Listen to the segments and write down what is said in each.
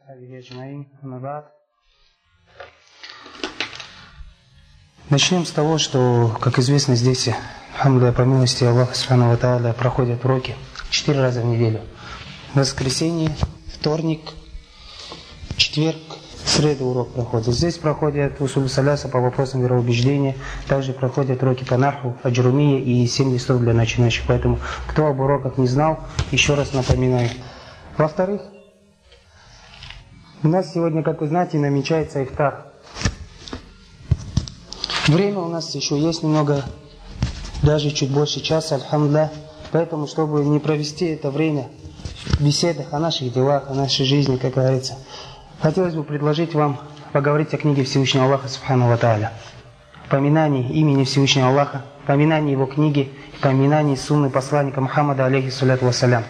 وأصحابه أجمعين. أما بعد. Начнем с того, что, как известно, здесь, алхамдулилля, по милости Аллаха Субхану ва Тааля, проходят уроки 4 раза в неделю. Воскресенье, вторник, четверг, среда урок проходит. Здесь проходят усуль саляса по вопросам вероубеждения, также проходят уроки по наху, аджрумия и 7 листов для начинающих. Поэтому, кто об уроках не знал, еще раз напоминаю. Во-вторых, у нас сегодня, как вы знаете, намечается ифтар. Время у нас еще есть немного, даже чуть больше часа, альхамдулилля. Поэтому, чтобы не провести это время в беседах о наших делах, о нашей жизни, как говорится, хотелось бы предложить вам поговорить о книге Всевышнего Аллаха Субхану ва Тааля. Поминании имени Всевышнего Аллаха, поминании его книги, поминании сунны посланника Мухаммада, алейхиссаляту вассалям.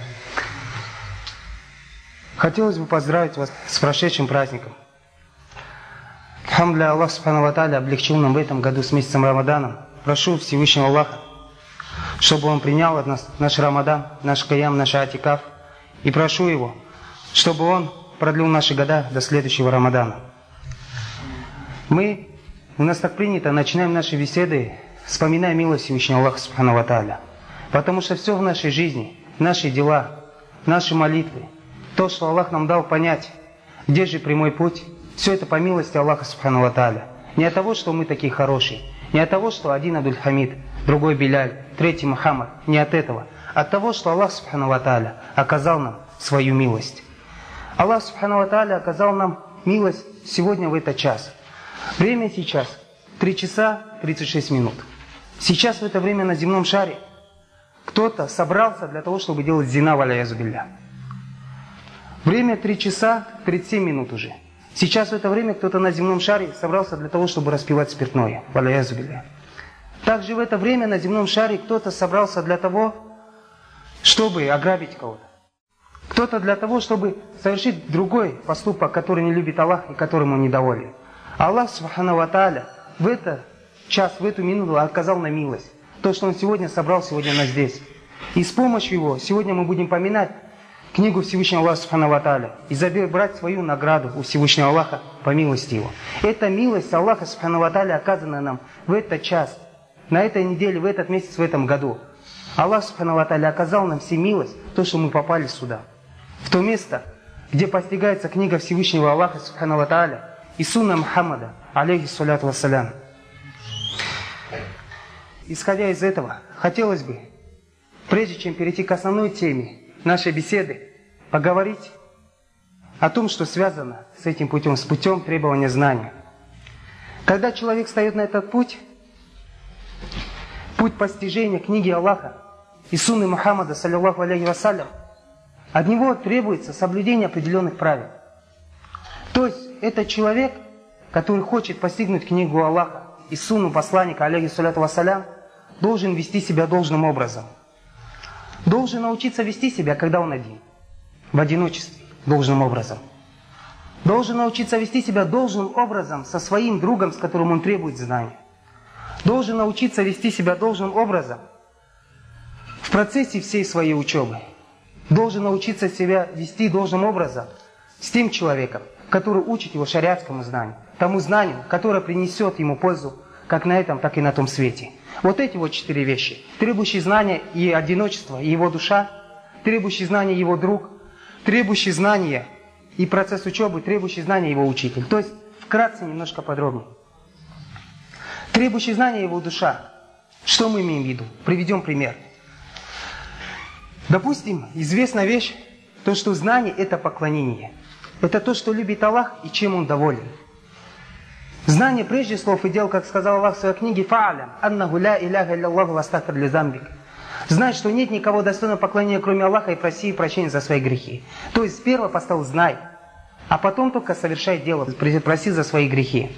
Хотелось бы поздравить вас с прошедшим праздником. Алхамдулилля, Аллах Субхану ва Тааля облегчил нам в этом году с месяцем Рамаданом. Прошу Всевышнего Аллаха, чтобы Он принял от нас наш Рамадан, наш Каям, наш Атикаф. И прошу Его, чтобы Он продлил наши года до следующего Рамадана. У нас так принято, начинаем наши беседы, вспоминая милость Всевышнего Аллаха Субхану ва Тааля. Потому что все в нашей жизни, наши дела, наши молитвы, то, что Аллах нам дал понять, где же прямой путь, все это по милости Аллаха Субхану ва Тааля. Не от того, что мы такие хорошие, не от того, что один Абдуль-Хамид, другой Биляль, третий Мухаммад, не от этого. От того, что Аллах Субхану ва Тааля оказал нам свою милость. Аллах Субхану ва Тааля оказал нам милость сегодня в этот час. Время сейчас 3 часа 36 минут. Сейчас в это время на земном шаре кто-то собрался для того, чтобы делать зина, валяязу билля. Время 3 часа 37 минут уже. Сейчас в это время кто-то на земном шаре собрался для того, чтобы распивать спиртное. Валяязу билля. Также в это время на земном шаре кто-то собрался для того, чтобы ограбить кого-то. Кто-то для того, чтобы совершить другой поступок, который не любит Аллах и которым он недоволен. Аллах Субхану ва Тааля в этот час, в эту минуту оказал нам милость. То, что Он сегодня собрал сегодня нас здесь. И с помощью Его сегодня мы будем поминать книгу Всевышнего Аллаха Субхану ва Тааля и забрать свою награду у Всевышнего Аллаха по милости Его. Эта милость Аллаха Субхану ва Тааля оказана нам в этот час, на этой неделе, в этот месяц, в этом году. Аллах Субхану ва Тааля оказал нам все милость, то, что мы попали сюда. В то место, где постигается книга Всевышнего Аллаха Субхану ва Тааля и сунна Мухаммада, алейхиссаляту вассалям. Исходя из этого, хотелось бы, прежде чем перейти к основной теме нашей беседы, поговорить о том, что связано с этим путем, с путем требования знания. Когда человек встает на этот путь постижения книги Аллаха и сунны Мухаммада, саллиллаху алейхи вассалям, от него требуется соблюдение определенных правил. То есть, это человек, который хочет постигнуть книгу Аллаха и сунну посланника, алейхиссаляту вассалям, должен вести себя должным образом. Должен научиться вести себя, когда он один, в одиночестве, должным образом. Должен научиться вести себя должным образом со своим другом, с которым он требует знания. Должен научиться вести себя должным образом в процессе всей своей учебы. Должен научиться себя вести должным образом с тем человеком, который учит его шариатскому знанию, тому знанию, которое принесет ему пользу как на этом, так и на том свете. Вот эти вот 4 вещи, требующие знания и одиночество, и его душа, требующие знания его друг, требующие знания и процесс учебы, требующие знания его учитель. То есть, вкратце, немножко подробнее. Требующие знания его душа. Что мы имеем в виду? Приведем пример. Допустим, известная вещь, то, что знание – это поклонение. Это то, что любит Аллах и чем Он доволен. Знание прежде слов и дел, как сказал Аллах в своей книге, «Фа'алям, аннаху ля иляха илля-Аллаху вастагфир ли замбик». Знай, что нет никого достойного поклонения, кроме Аллаха, и проси прощения за свои грехи. То есть, сперва поставил «знай», а потом только совершай дело, проси за свои грехи.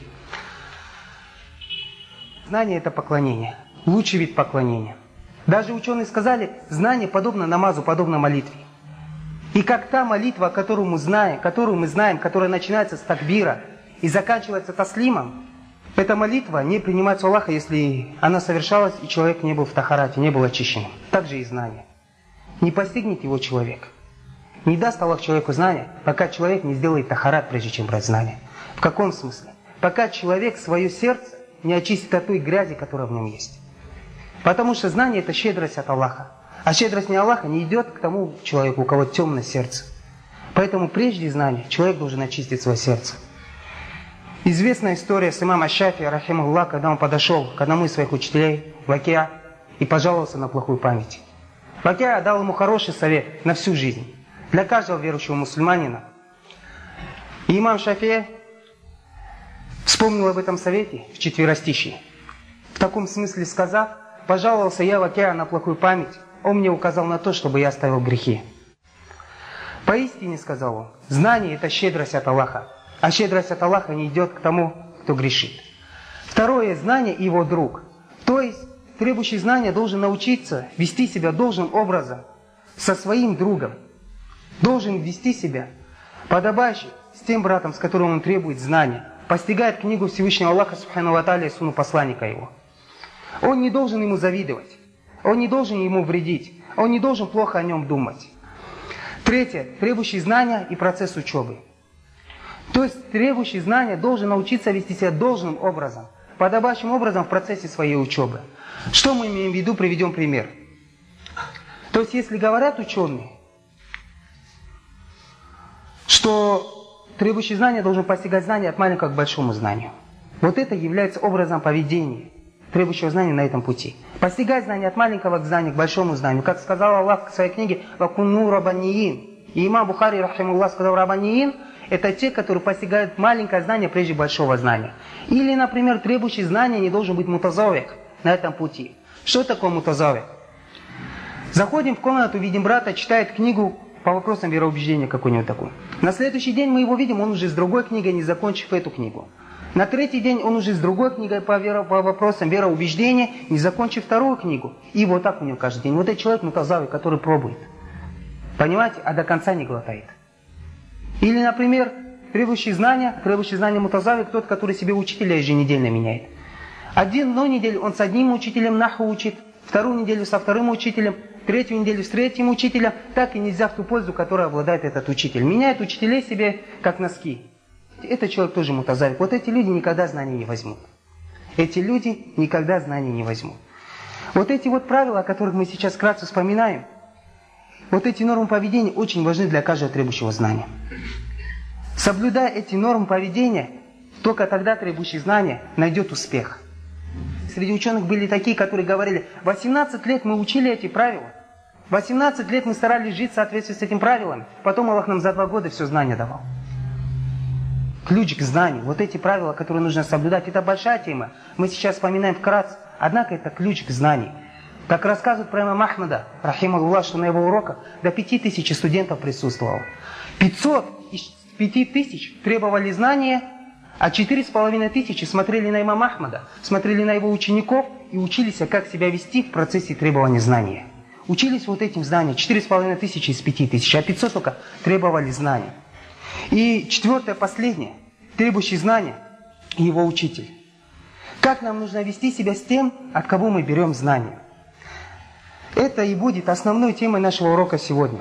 Знание – это поклонение, лучший вид поклонения. Даже ученые сказали, знание подобно намазу, подобно молитве. И как та молитва, которую мы знаем, которая начинается с такбира и заканчивается таслимом, эта молитва не принимается у Аллаха, если она совершалась, и человек не был в тахарате, не был очищен. Так же и знание. Не постигнет его человек, Не даст Аллах человеку знания, пока человек не сделает тахарат, прежде чем брать знания. В каком смысле? Пока человек свое сердце не очистит от той грязи, которая в нем есть. Потому что знание – это щедрость от Аллаха. А щедрость не Аллаха не идет к тому человеку, у кого темное сердце. Поэтому прежде знания человек должен очистить свое сердце. Известная история с имамом Аш-Шафии, рахимахуллах, когда он подошел к одному из своих учителей, Вакиа, и пожаловался на плохую память. Вакиа дал ему хороший совет на всю жизнь, для каждого верующего мусульманина. И имам Шафии вспомнил об этом совете в четверостишии. В таком смысле сказав: «Пожаловался я Вакиа на плохую память, он мне указал на то, чтобы я оставил грехи». Поистине, сказал он, знание – это щедрость от Аллаха, а щедрость от Аллаха не идет к тому, кто грешит. Второе – знание и его друг. То есть, требующий знания должен научиться вести себя должным образом со своим другом. Должен вести себя подобающе с тем братом, с которым он требует знания, постигает книгу Всевышнего Аллаха Субхану ва Тааля и сунну посланника его. Он не должен ему завидовать, он не должен ему вредить, он не должен плохо о нем думать. Третье. Требующий знания и процесс учебы. То есть требующий знания должен научиться вести себя должным образом, подобающим образом в процессе своей учебы. Что мы имеем в виду? Приведем пример. То есть если говорят ученые, что требующий знания должен постигать знания от маленького к большому знанию. Вот это является образом поведения требующего знания на этом пути. Постигать знания от маленького к знанию, к большому знанию. Как сказал Аллах в своей книге «Вакунну рабаниин». И имам Бухари, рахимуллах, сказал: рабаниин – это те, которые постигают маленькое знание прежде большого знания. Или, например, требующий знания не должен быть мутазавик на этом пути. Что такое мутазавик? Заходим в комнату, видим брата, читает книгу по вопросам вероубеждения какую-нибудь такую. На следующий день мы его видим, он уже с другой книгой, не закончив эту книгу. На третий день он уже с другой книгой по вопросам вероубеждения, не закончив вторую книгу. И вот так у него каждый день. Вот этот человек мутазавик, который пробует. Понимаете? А до конца не глотает. Или, например, требующий знания мутазавик, тот, который себе учителя еженедельно меняет. Одну неделю он с одним учителем наху учит, вторую неделю со вторым учителем, третью неделю с третьим учителем. Так и нельзя в ту пользу, которую обладает этот учитель. Меняет учителей себе как носки. Этот человек тоже мутазавик. Вот эти люди никогда знаний не возьмут. Эти люди никогда знаний не возьмут. Вот эти вот правила, о которых мы сейчас вкратце вспоминаем, вот эти нормы поведения очень важны для каждого требующего знания. Соблюдая эти нормы поведения, только тогда требующий знания найдет успех. Среди ученых были такие, которые говорили: 18 лет мы учили эти правила, 18 лет мы старались жить в соответствии с этими правилами, потом Аллах нам за 2 года все знания давал. Ключ к знанию, вот эти правила, которые нужно соблюдать, это большая тема. Мы сейчас вспоминаем вкратце, однако это ключ к знанию. Как рассказывают про имама Ахмада, рахимахуллах, что на его уроках до 5000 студентов присутствовало. 500 из 5000 требовали знания, а 4500 смотрели на имама Ахмада, смотрели на его учеников и учились, как себя вести в процессе требования знания. Учились вот этим знаниям 4500 из 5000, а 500 только требовали знания. И четвертое, последнее, требующий знания, его учитель. Как нам нужно вести себя с тем, от кого мы берем знания? Это и будет основной темой нашего урока сегодня.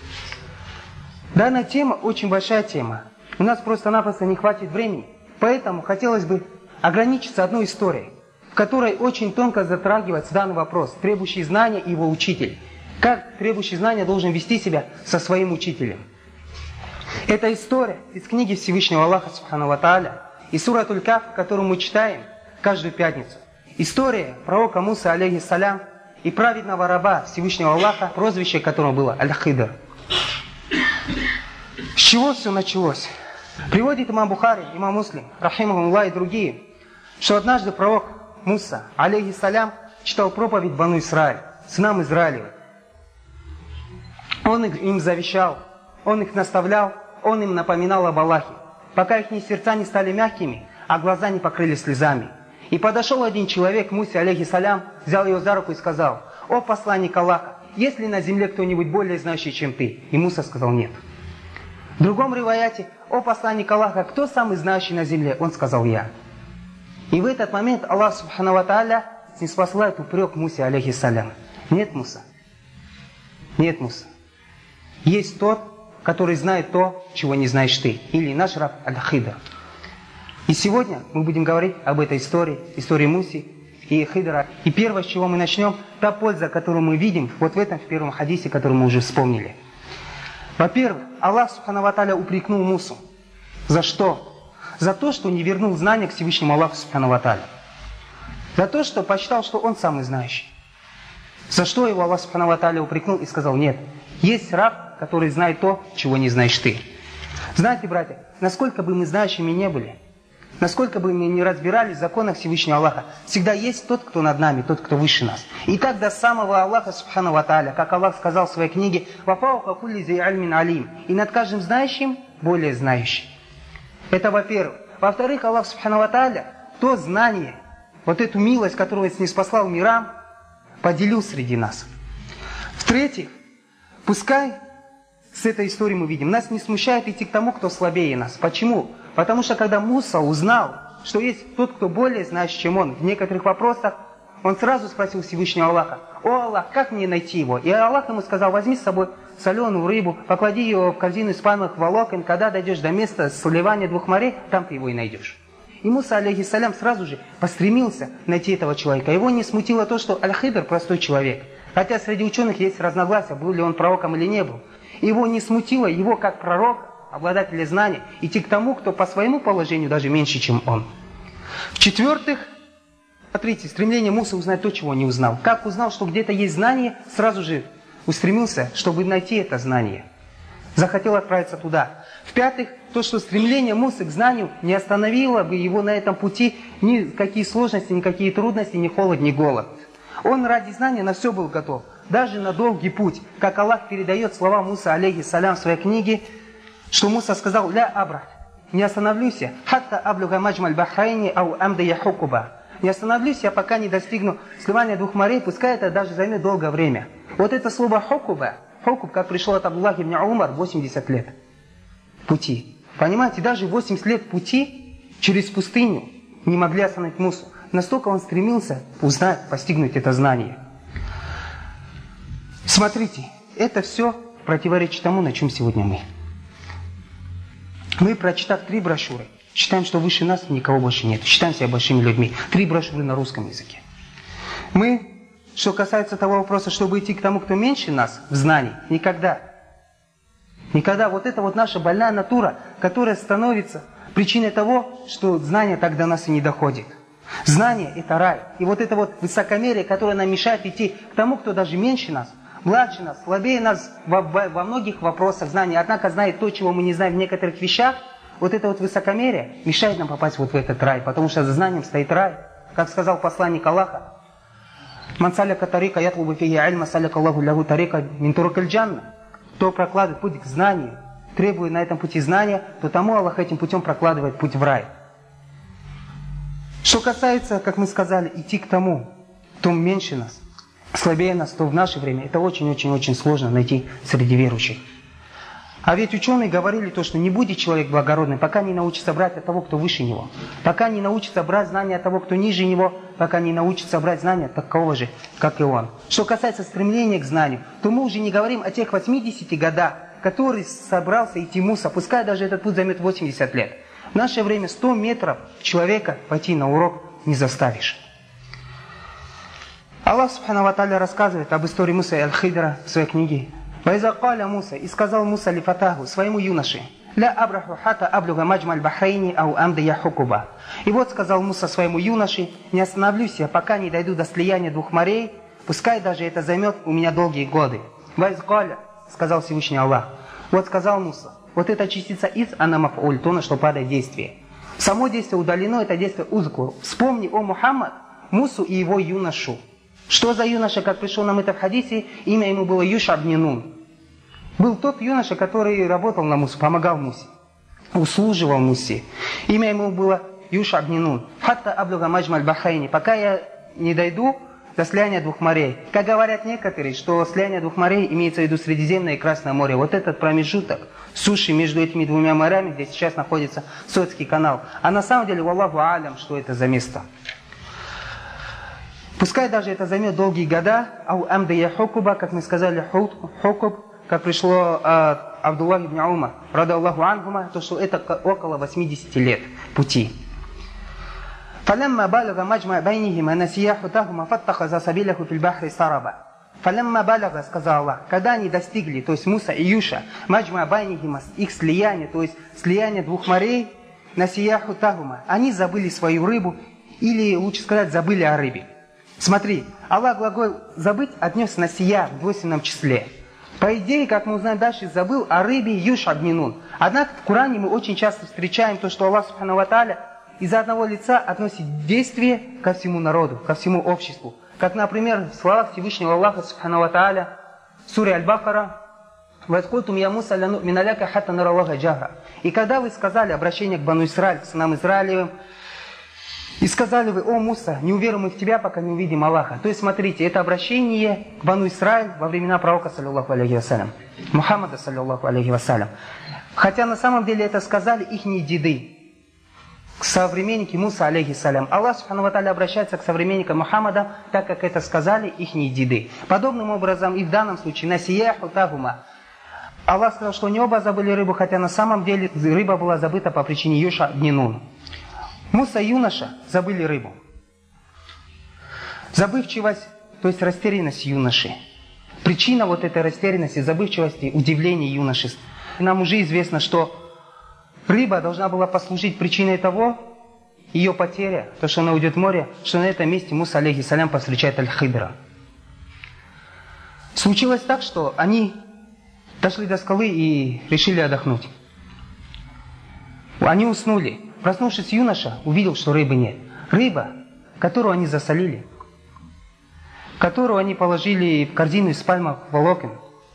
Данная тема очень большая тема. У нас просто-напросто не хватит времени. Поэтому хотелось бы ограничиться одной историей, в которой очень тонко затрагивается данный вопрос, требующий знания и его учитель. Как требующий знания должен вести себя со своим учителем. Это история из книги Всевышнего Аллаха Субхану ва Тааля и сура Аль-Каф, которую мы читаем каждую пятницу. История пророка Мусы, алейхиссалям, и праведного раба Всевышнего Аллаха, прозвище которого было Аль-Хидр. С чего все началось? Приводит имам Бухари, имам Муслим, рахимахуллах и другие, что однажды пророк Муса, алейхиссалям, читал проповедь Бану Исраиль, сынам Израилевым. Он им завещал, он их наставлял, он им напоминал об Аллахе, пока их сердца не стали мягкими, а глаза не покрылись слезами. И подошел один человек к Мусе, алейхиссалям, взял его за руку и сказал: «О посланник Аллаха, есть ли на земле кто-нибудь более знающий, чем ты?» И Муса сказал: «Нет». В другом риваяте: «О посланник Аллаха, кто самый знающий на земле?» Он сказал: «Я». И в этот момент Аллах Субхану ва Тааля ниспослает упрек Мусе, алейхиссалям: «Нет, Муса, нет, Муса. Есть тот, который знает то, чего не знаешь ты. Или наш раб Аль-Хидр. И сегодня мы будем говорить об этой истории Мусы и Хидра. И первое, с чего мы начнем, та польза, которую мы видим вот в этом в первом хадисе, который мы уже вспомнили. Во-первых, Аллах Субхану ва Тааля упрекнул Мусу. За что? За то, что не вернул знания к Всевышнему Аллаху Субхану ва Тааля. За то, что посчитал, что он самый знающий. За что его Аллах Субхану ва Тааля упрекнул и сказал: нет, есть раб, который знает то, чего не знаешь ты. Знаете, братья, насколько бы мы знающими не были, насколько бы мы не разбирались в законах Всевышнего Аллаха, всегда есть тот, кто над нами, тот, кто выше нас. И так до самого Аллаха Субхану ва Тааля, как Аллах сказал в своей книге: «Вафаука кулли зи альмин алим». И над каждым знающим более знающий. Это во-первых. Во-вторых, Аллах Субхану ва Тааля то знание, вот эту милость, которую Он ниспослал мирам, поделил среди нас. В-третьих, пускай с этой историей мы видим, нас не смущает идти к тому, кто слабее нас. Почему? Потому что когда Муса узнал, что есть тот, кто более знающий, чем он, в некоторых вопросах, он сразу спросил Всевышнего Аллаха: «О Аллах, как мне найти его?» И Аллах ему сказал: возьми с собой соленую рыбу, поклади ее в корзину из пальмовых волокон, когда дойдешь до места сливания двух морей, там ты его и найдешь. И Муса, алейхиссалям, сразу же постремился найти этого человека. Его не смутило то, что Аль-Хидр простой человек. Хотя среди ученых есть разногласия, был ли он пророком или не был. Его не смутило его, как пророк, обладателя знаний, идти к тому, кто по своему положению даже меньше, чем он. В-четвертых, смотрите, стремление Мусы узнать то, чего не узнал. Как узнал, что где-то есть знание, сразу же устремился, чтобы найти это знание. Захотел отправиться туда. В-пятых, то, что стремление Мусы к знанию не остановило бы его на этом пути никакие сложности, никакие трудности, ни холод, ни голод. Он ради знания на все был готов. Даже на долгий путь. Как Аллах передает слова Мусы, алейхиссалям, в своей книге, что Муса сказал: «Ля абрах, не остановлюсь я, хатта аблюга маджмаль бахрайни ау амда яхукуба». Не остановлюсь я, пока не достигну сливания двух морей, пускай это даже займет долгое время. Вот это слово хукуба, хукуб, как пришло от Абдуллаха ибн Умар, 80 лет пути. Понимаете, даже 80 лет пути через пустыню не могли остановить Мусу. Настолько он стремился узнать, постигнуть это знание. Смотрите, это все противоречит тому, на чем сегодня мы. Мы, прочитав 3 брошюры, считаем, что выше нас никого больше нет. Считаем себя большими людьми. 3 брошюры на русском языке. Мы, что касается того вопроса, чтобы идти к тому, кто меньше нас в знании, никогда. Никогда. Вот это вот наша больная натура, которая становится причиной того, что знание так до нас и не доходит. Знание – это рай. И вот это вот высокомерие, которое нам мешает идти к тому, кто даже меньше нас, младше нас, слабее нас во многих вопросах знания, однако знает то, чего мы не знаем в некоторых вещах, вот это вот высокомерие мешает нам попасть вот в этот рай, потому что за знанием стоит рай. Как сказал посланник Аллаха: «Ман саляка тарика ятлубу фиги альма саляка Аллаху лягу тарика мин турукаль джанна». Кто прокладывает путь к знанию, требует на этом пути знания, то тому Аллах этим путем прокладывает путь в рай. Что касается, как мы сказали, идти к тому, кто меньше нас, слабее нас, то в наше время это очень-очень-очень сложно найти среди верующих. А ведь ученые говорили то, что не будет человек благородным, пока не научится брать от того, кто выше него. Пока не научится брать знания от того, кто ниже него, пока не научится брать знания от такого же, как и он. Что касается стремления к знанию, то мы уже не говорим о тех 80 годах, который собрался идти Муса, пускай даже этот путь займет 80 лет. В наше время 100 метров человека пойти на урок не заставишь. Аллах Субхану ва Тааля рассказывает об истории Мусы и Аль-Хидра в своей книге. «Вайза каля Муса», и сказал Муса лифатаху, своему юноше: «Ля абраху хата аблюга маджмаль бахрайни ау амда яхукуба». И вот сказал Муса своему юноше: «Не остановлюсь я, пока не дойду до слияния двух морей, пускай даже это займет у меня долгие годы». «Вайза каля», сказал Всевышний Аллах. Вот сказал Муса, вот эта частица из, она маф'уль, то, на что падает действие. Само действие удалено, это действие узкур. Вспомни, о Мухаммад, Мусу и его юношу. Что за юноша, как пришел нам это в хадисе, имя ему было Юша ибн Нун. Был тот юноша, который работал на Мусу, помогал Мусе, услуживал Мусе. Имя ему было Юша ибн Нун. «Хатта аблюга маджмаль бахрайни», пока я не дойду до слияния двух морей. Как говорят некоторые, что слияние двух морей имеется в виду Средиземное и Красное море. Вот этот промежуток суши между этими двумя морями, где сейчас находится Суэцкий канал. А на самом деле, валлаху алям, что это за место. Пускай даже это займет долгие года, ау амда яхукуба, как мы сказали, хукуб, как пришло от Абдуллах ибн Умар, рада Аллаху анхума, то, что это около 80 лет пути. فَلَمَّا بَلَغَ مَجْمَعَ بَيْنِهِمَا نَسِيَا حُوتَهُمَا فَاتَّخَذَ سَبِيلَهُ فِي الْبَحْرِ سَرَبًا. «Фалямма балага», сказал Аллах, когда они достигли, то есть Муса и Юша, маджма байнихима, их слияние, то есть слияние двух морей, насияху тагума, они забыли свою рыбу, или лучше сказать, забыли о рыбе. Смотри, Аллах глагол «забыть» отнес на сия в двойственном числе. По идее, как мы узнаем дальше, забыл о рыбе Юш обминун. Однако в Коране мы очень часто встречаем то, что Аллах Субхану ва Тааля из одного лица относит действие ко всему народу, ко всему обществу. Как, например, в словах Всевышнего Аллаха Субхану ва Тааля, в суре Аль-Бакара, «Васкультум я Муса миналяка хатта нара Аллаха джахра». И когда вы сказали обращение к Бану Исраиль, к сынам Израилевым, и сказали вы: «О Муса, не уверуем мы в тебя, пока не увидим Аллаха». То есть, смотрите, это обращение к Бану Исраиль во времена пророка, саллиллаху алейхи вассалям, Мухаммада, саллиллаху алейхи вассалям. Хотя на самом деле это сказали ихние деды, современники Муса, алейхиссалям. Аллах Субхану ва Тааля обращается к современникам Мухаммада, так как это сказали ихние деды. Подобным образом и в данном случае насияху тагума. Аллах сказал, что не оба забыли рыбу, хотя на самом деле рыба была забыта по причине Юша ибн Нун. Муса и юноша забыли рыбу. Забывчивость, то есть растерянность юноши. Причина вот этой растерянности, забывчивости, удивления юноши. Нам уже известно, что рыба должна была послужить причиной того, ее потеря, то, что она уйдет в море, что на этом месте Муса, алейхиссалям, повстречает Аль-Хидра. Случилось так, что они дошли до скалы и решили отдохнуть. Они уснули. Проснувшись, юноша увидел, что рыбы нет. Рыба, которую они засолили, которую они положили в корзину из пальмовых волокон,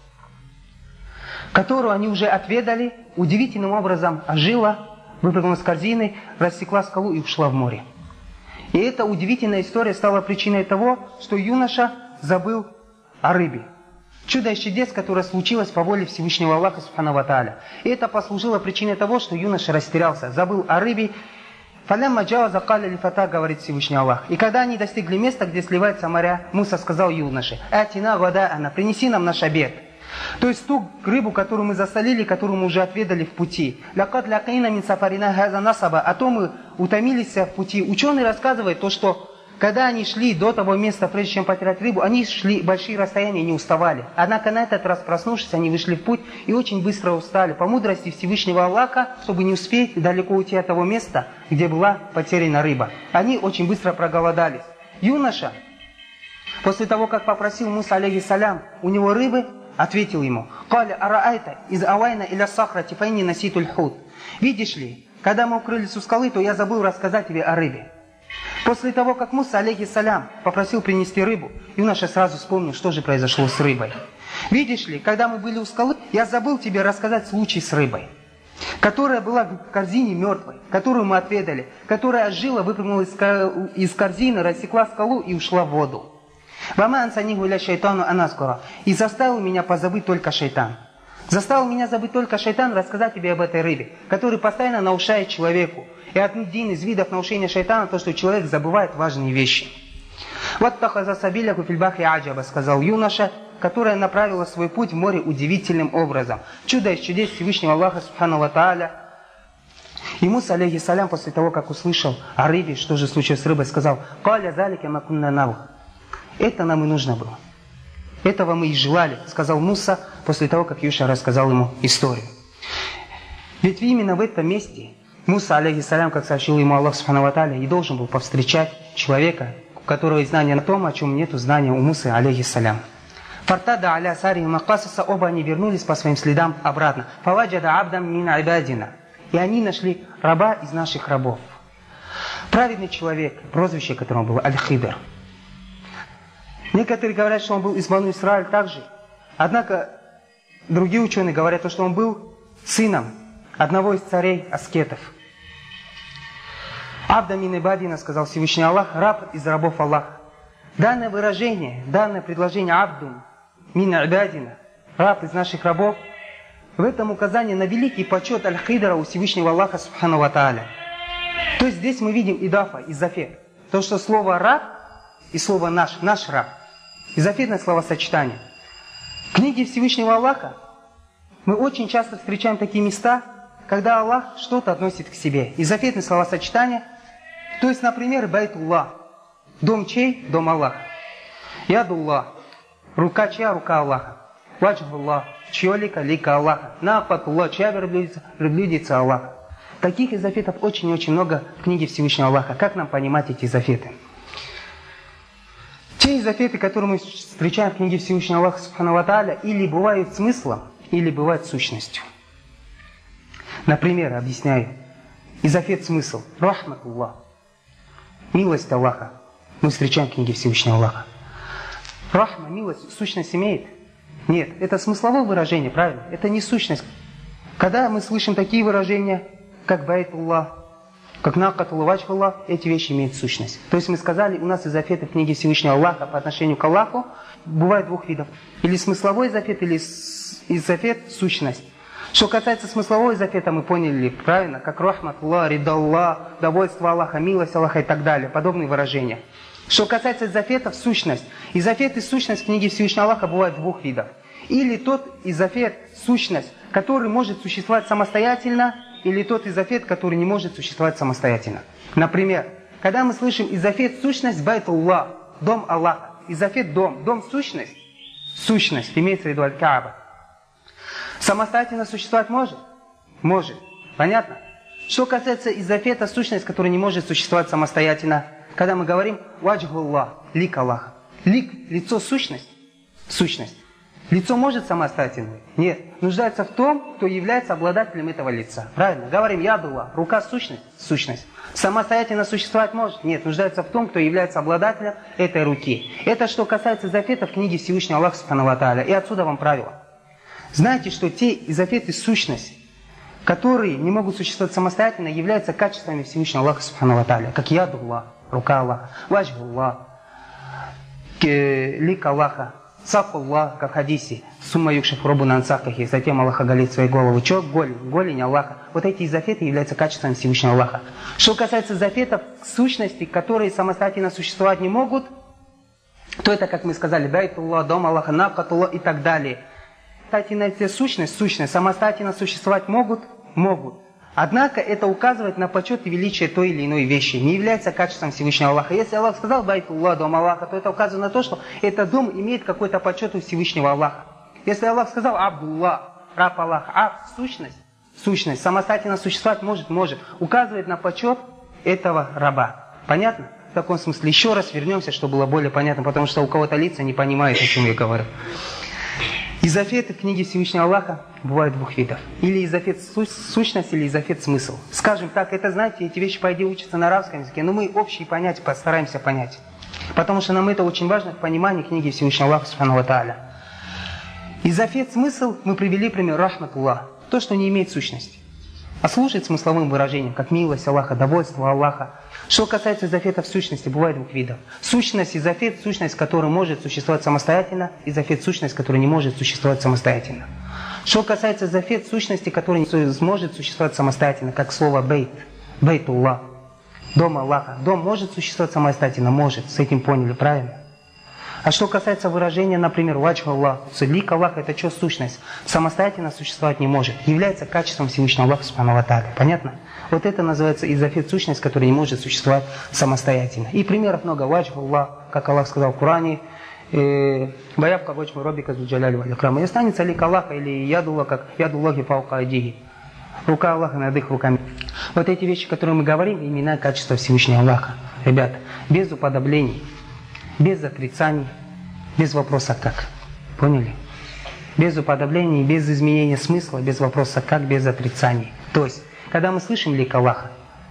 которую они уже отведали, удивительным образом ожила, выпрыгнула из корзины, рассекла скалу и ушла в море. И эта удивительная история стала причиной того, что юноша забыл о рыбе. Чудо и чудес, которое случилось по воле Всевышнего Аллаха Субхану ва Тааля. И это послужило причиной того, что юноша растерялся, забыл о рыбе. «Фалямма джаваза каля ли фата», говорит Всевышний Аллах. И когда они достигли места, где сливаются моря, Муса сказал юноше: «Атина гада'ана, принеси нам наш обед». То есть ту рыбу, которую мы засолили, которую мы уже отведали в пути. «Лякад лякаина мин сафарина газа насаба», а то мы утомились в пути. Ученый рассказывает то, что когда они шли до того места, прежде чем потерять рыбу, они шли большие расстояния и не уставали. Однако на этот раз, проснувшись, они вышли в путь и очень быстро устали. По мудрости Всевышнего Аллаха, чтобы не успеть далеко уйти от того места, где была потеряна рыба, они очень быстро проголодались. Юноша, после того, как попросил Муса, алейхиссалям, у него рыбы, ответил ему: «Каля араайта из авайна иля сахрати файни наситуль худ». Видишь ли, когда мы укрылись у скалы, то я забыл рассказать тебе о рыбе. После того, как Муса, алейхиссалям, попросил принести рыбу, юноша сразу вспомнил, что же произошло с рыбой. Видишь ли, когда мы были у скалы, я забыл тебе рассказать случай с рыбой, которая была в корзине мертвой, которую мы отведали, которая ожила, выпрыгнула из корзины, рассекла скалу и ушла в воду. «Вама ансаниху иля шайтану анаскура». И заставил меня позабыть только шайтан. Заставил меня забыть только шайтан рассказать тебе об этой рыбе, который постоянно наушает человеку. И один из видов наушения шайтана то, что человек забывает важные вещи. «Вот тахаза сабиляху фильбахи аджаба», сказал юноша, которая направила свой путь в море удивительным образом. Чудо из чудес Всевышнего Аллаха Субхану ва Тааля. И Муса, алейхиссалям, после того, как услышал о рыбе, что же случилось с рыбой, сказал: «Каля залика макунна наву». Это нам и нужно было. Этого мы и желали, сказал Муса, после того, как Юша рассказал ему историю. Ведь именно в этом месте Муса, алейхиссалям, как сообщил ему Аллах Субхану ва Тааля, и должен был повстречать человека, у которого есть знание о том, о чем нет знания у Мусы, алейхиссалям. Фартада аля сари макасаса, оба они вернулись по своим следам обратно. Фаваджада абдам мин айбадина. И они нашли раба из наших рабов. Праведный человек, прозвище которого было Аль-Хидр. Некоторые говорят, что он был из Бану Исраиль также. Однако другие ученые говорят, что он был сыном одного из царей-аскетов. Абда мин ибадина, сказал Всевышний Аллах, раб из рабов Аллаха. Данное выражение, данное предложение абдун мин ибадина, раб из наших рабов, в этом указание на великий почет Аль-Хидра у Всевышнего Аллаха Субхану ва Тааля. То есть здесь мы видим идафа, изафет. То, что слово раб и слово наш раб. Изофетное словосочетание. В книге Всевышнего Аллаха Мы очень часто встречаем такие места, когда Аллах что-то относит к себе. И заветные словосочетания, то есть, например, Байтуллах. Дом чей? Дом Аллаха. Ядуллах. Рука чья? Рука Аллаха. Ваджхуллах. Чье лика? Лика Аллаха. Нафатуллах. Чья верблюдица Аллаха. Таких изофетов очень-очень много в книге Всевышнего Аллаха. Как нам понимать эти изофеты? Те изофеты, которые мы встречаем в книге Всевышнего Аллаха Субхану ва Тааля, или бывают смыслом, или бывают сущностью. Например, объясняю. Изофет смысл. Рахматуллах. Милость Аллаха. Мы встречаем в книге Всевышнего Аллаха. Рахма, милость, сущность имеет? Нет, это смысловое выражение, правильно? Это не сущность. Когда мы слышим такие выражения, как Байтуллах, как Накатуллах, Ваджхуллах, эти вещи имеют сущность. То есть мы сказали, у нас изофеты в книге Всевышнего Аллаха по отношению к Аллаху бывает двух видов. Или смысловой изофет, или изофет сущность. Что касается смыслового изофета, мы поняли правильно, как Рахматуллах, Ридаллах, довольство Аллаха, милость Аллаха и так далее, подобные выражения. Что касается изофетов, сущность. Изофет и сущность в книге Всевышнего Аллаха бывают двух видов. Или тот изофет, сущность, который может существовать самостоятельно, или тот изофет, который не может существовать самостоятельно. Например, когда мы слышим изофет сущность Байтуллах, дом Аллаха. Изофет дом, дом сущность, сущность, имеется в виду Аль-Кааба. Самостоятельно существовать может? Может. Понятно? Что касается изофета сущность, который не может существовать самостоятельно, когда мы говорим Ваджхуллах, лик Аллаха. Лик, лицо сущность, сущность. Лицо может самостоятельно? Нет. Нуждается в том, кто является обладателем этого лица. Правильно? Говорим ядуллах, рука сущность, сущность. Самостоятельно существовать может? Нет. Нуждается в том, кто является обладателем этой руки. Это что касается изофетов в книге Всевышнего Аллаха Субхану ва Тааля. И отсюда вам правило. Знаете, что те изофеты сущность, которые не могут существовать самостоятельно, являются качествами Всевышнего Аллаха Субхану ва Тааля. Как ядуллах, рука Аллаха, ваджхуллах, лик Аллаха, сафуллах, как в хадисе, сумма юкшиф робу на ансахахи, затем Аллах оголит свои головы. Че? Голень Аллаха. Вот эти изофеты являются качествами Всевышнего Аллаха. Что касается изофетов сущности, которые самостоятельно существовать не могут, то это, как мы сказали, Байтуллах, дом Аллаха, Накатуллах и так далее. Самостоятельная сущность, самостоятельно существовать могут? Могут. Однако это указывает на почет и величие той или иной вещи. Не является качеством Всевышнего Аллаха. Если Аллах сказал Байтуллах, дом Аллаха, то это указывает на то, что этот дом имеет какой-то почет у Всевышнего Аллаха. Если Аллах сказал Абдуллах, раб Аллаха, сущность, самостоятельно существовать может, указывает на почет этого раба. Понятно? В таком смысле еще раз вернемся, чтобы было более понятно, потому что у кого-то лица не понимают, о чем я говорю. Изофеты в книге Всевышнего Аллаха бывают двух видов. Или изофет сущность, или изофет смысл. Скажем так, это, знаете, эти вещи, по идее, учатся на арабском языке, но мы общие понятия постараемся понять. Потому что нам это очень важно в понимании книги Всевышнего Аллаха Субхану ва Тааля. Изофет смысл мы привели пример Рахматуллах. То, что не имеет сущности. А служит смысловым выражением, как милость Аллаха, довольство Аллаха. Что касается изофетов сущности, бывает двух видов. Сущность, изофет, сущность, которая может существовать самостоятельно, изофет, сущность, которая не может существовать самостоятельно. Что касается изофет сущности, которая не может существовать самостоятельно, как слово бейт, бейтуллах, дом Аллаха. Дом может существовать самостоятельно? Может. С этим поняли, правильно? А что касается выражения, например, ваджх Аллах, лик Аллаха, это что сущность? Самостоятельно существовать не может. Является качеством Всевышнего Аллаха Субхану ва Тааля. Понятно? Вот это называется изофет сущность, которая не может существовать самостоятельно. И примеров много. Ваджх Аллах, как Аллах сказал в Коране, «Баябка ваджху роббика зуль-джаляли валь икрам». И останется лик Аллаха или ядуллах, как ядуллахи фаука айдихи. Рука Аллаха над их руками. Вот эти вещи, которые мы говорим, имена качества Всевышнего Аллаха. Ребята, без уподоблений, без отрицаний, без вопроса «как». Поняли? Без уподоблений, без изменения смысла, без вопроса «как», без отрицаний. То есть, когда мы слышим лик Аллаха,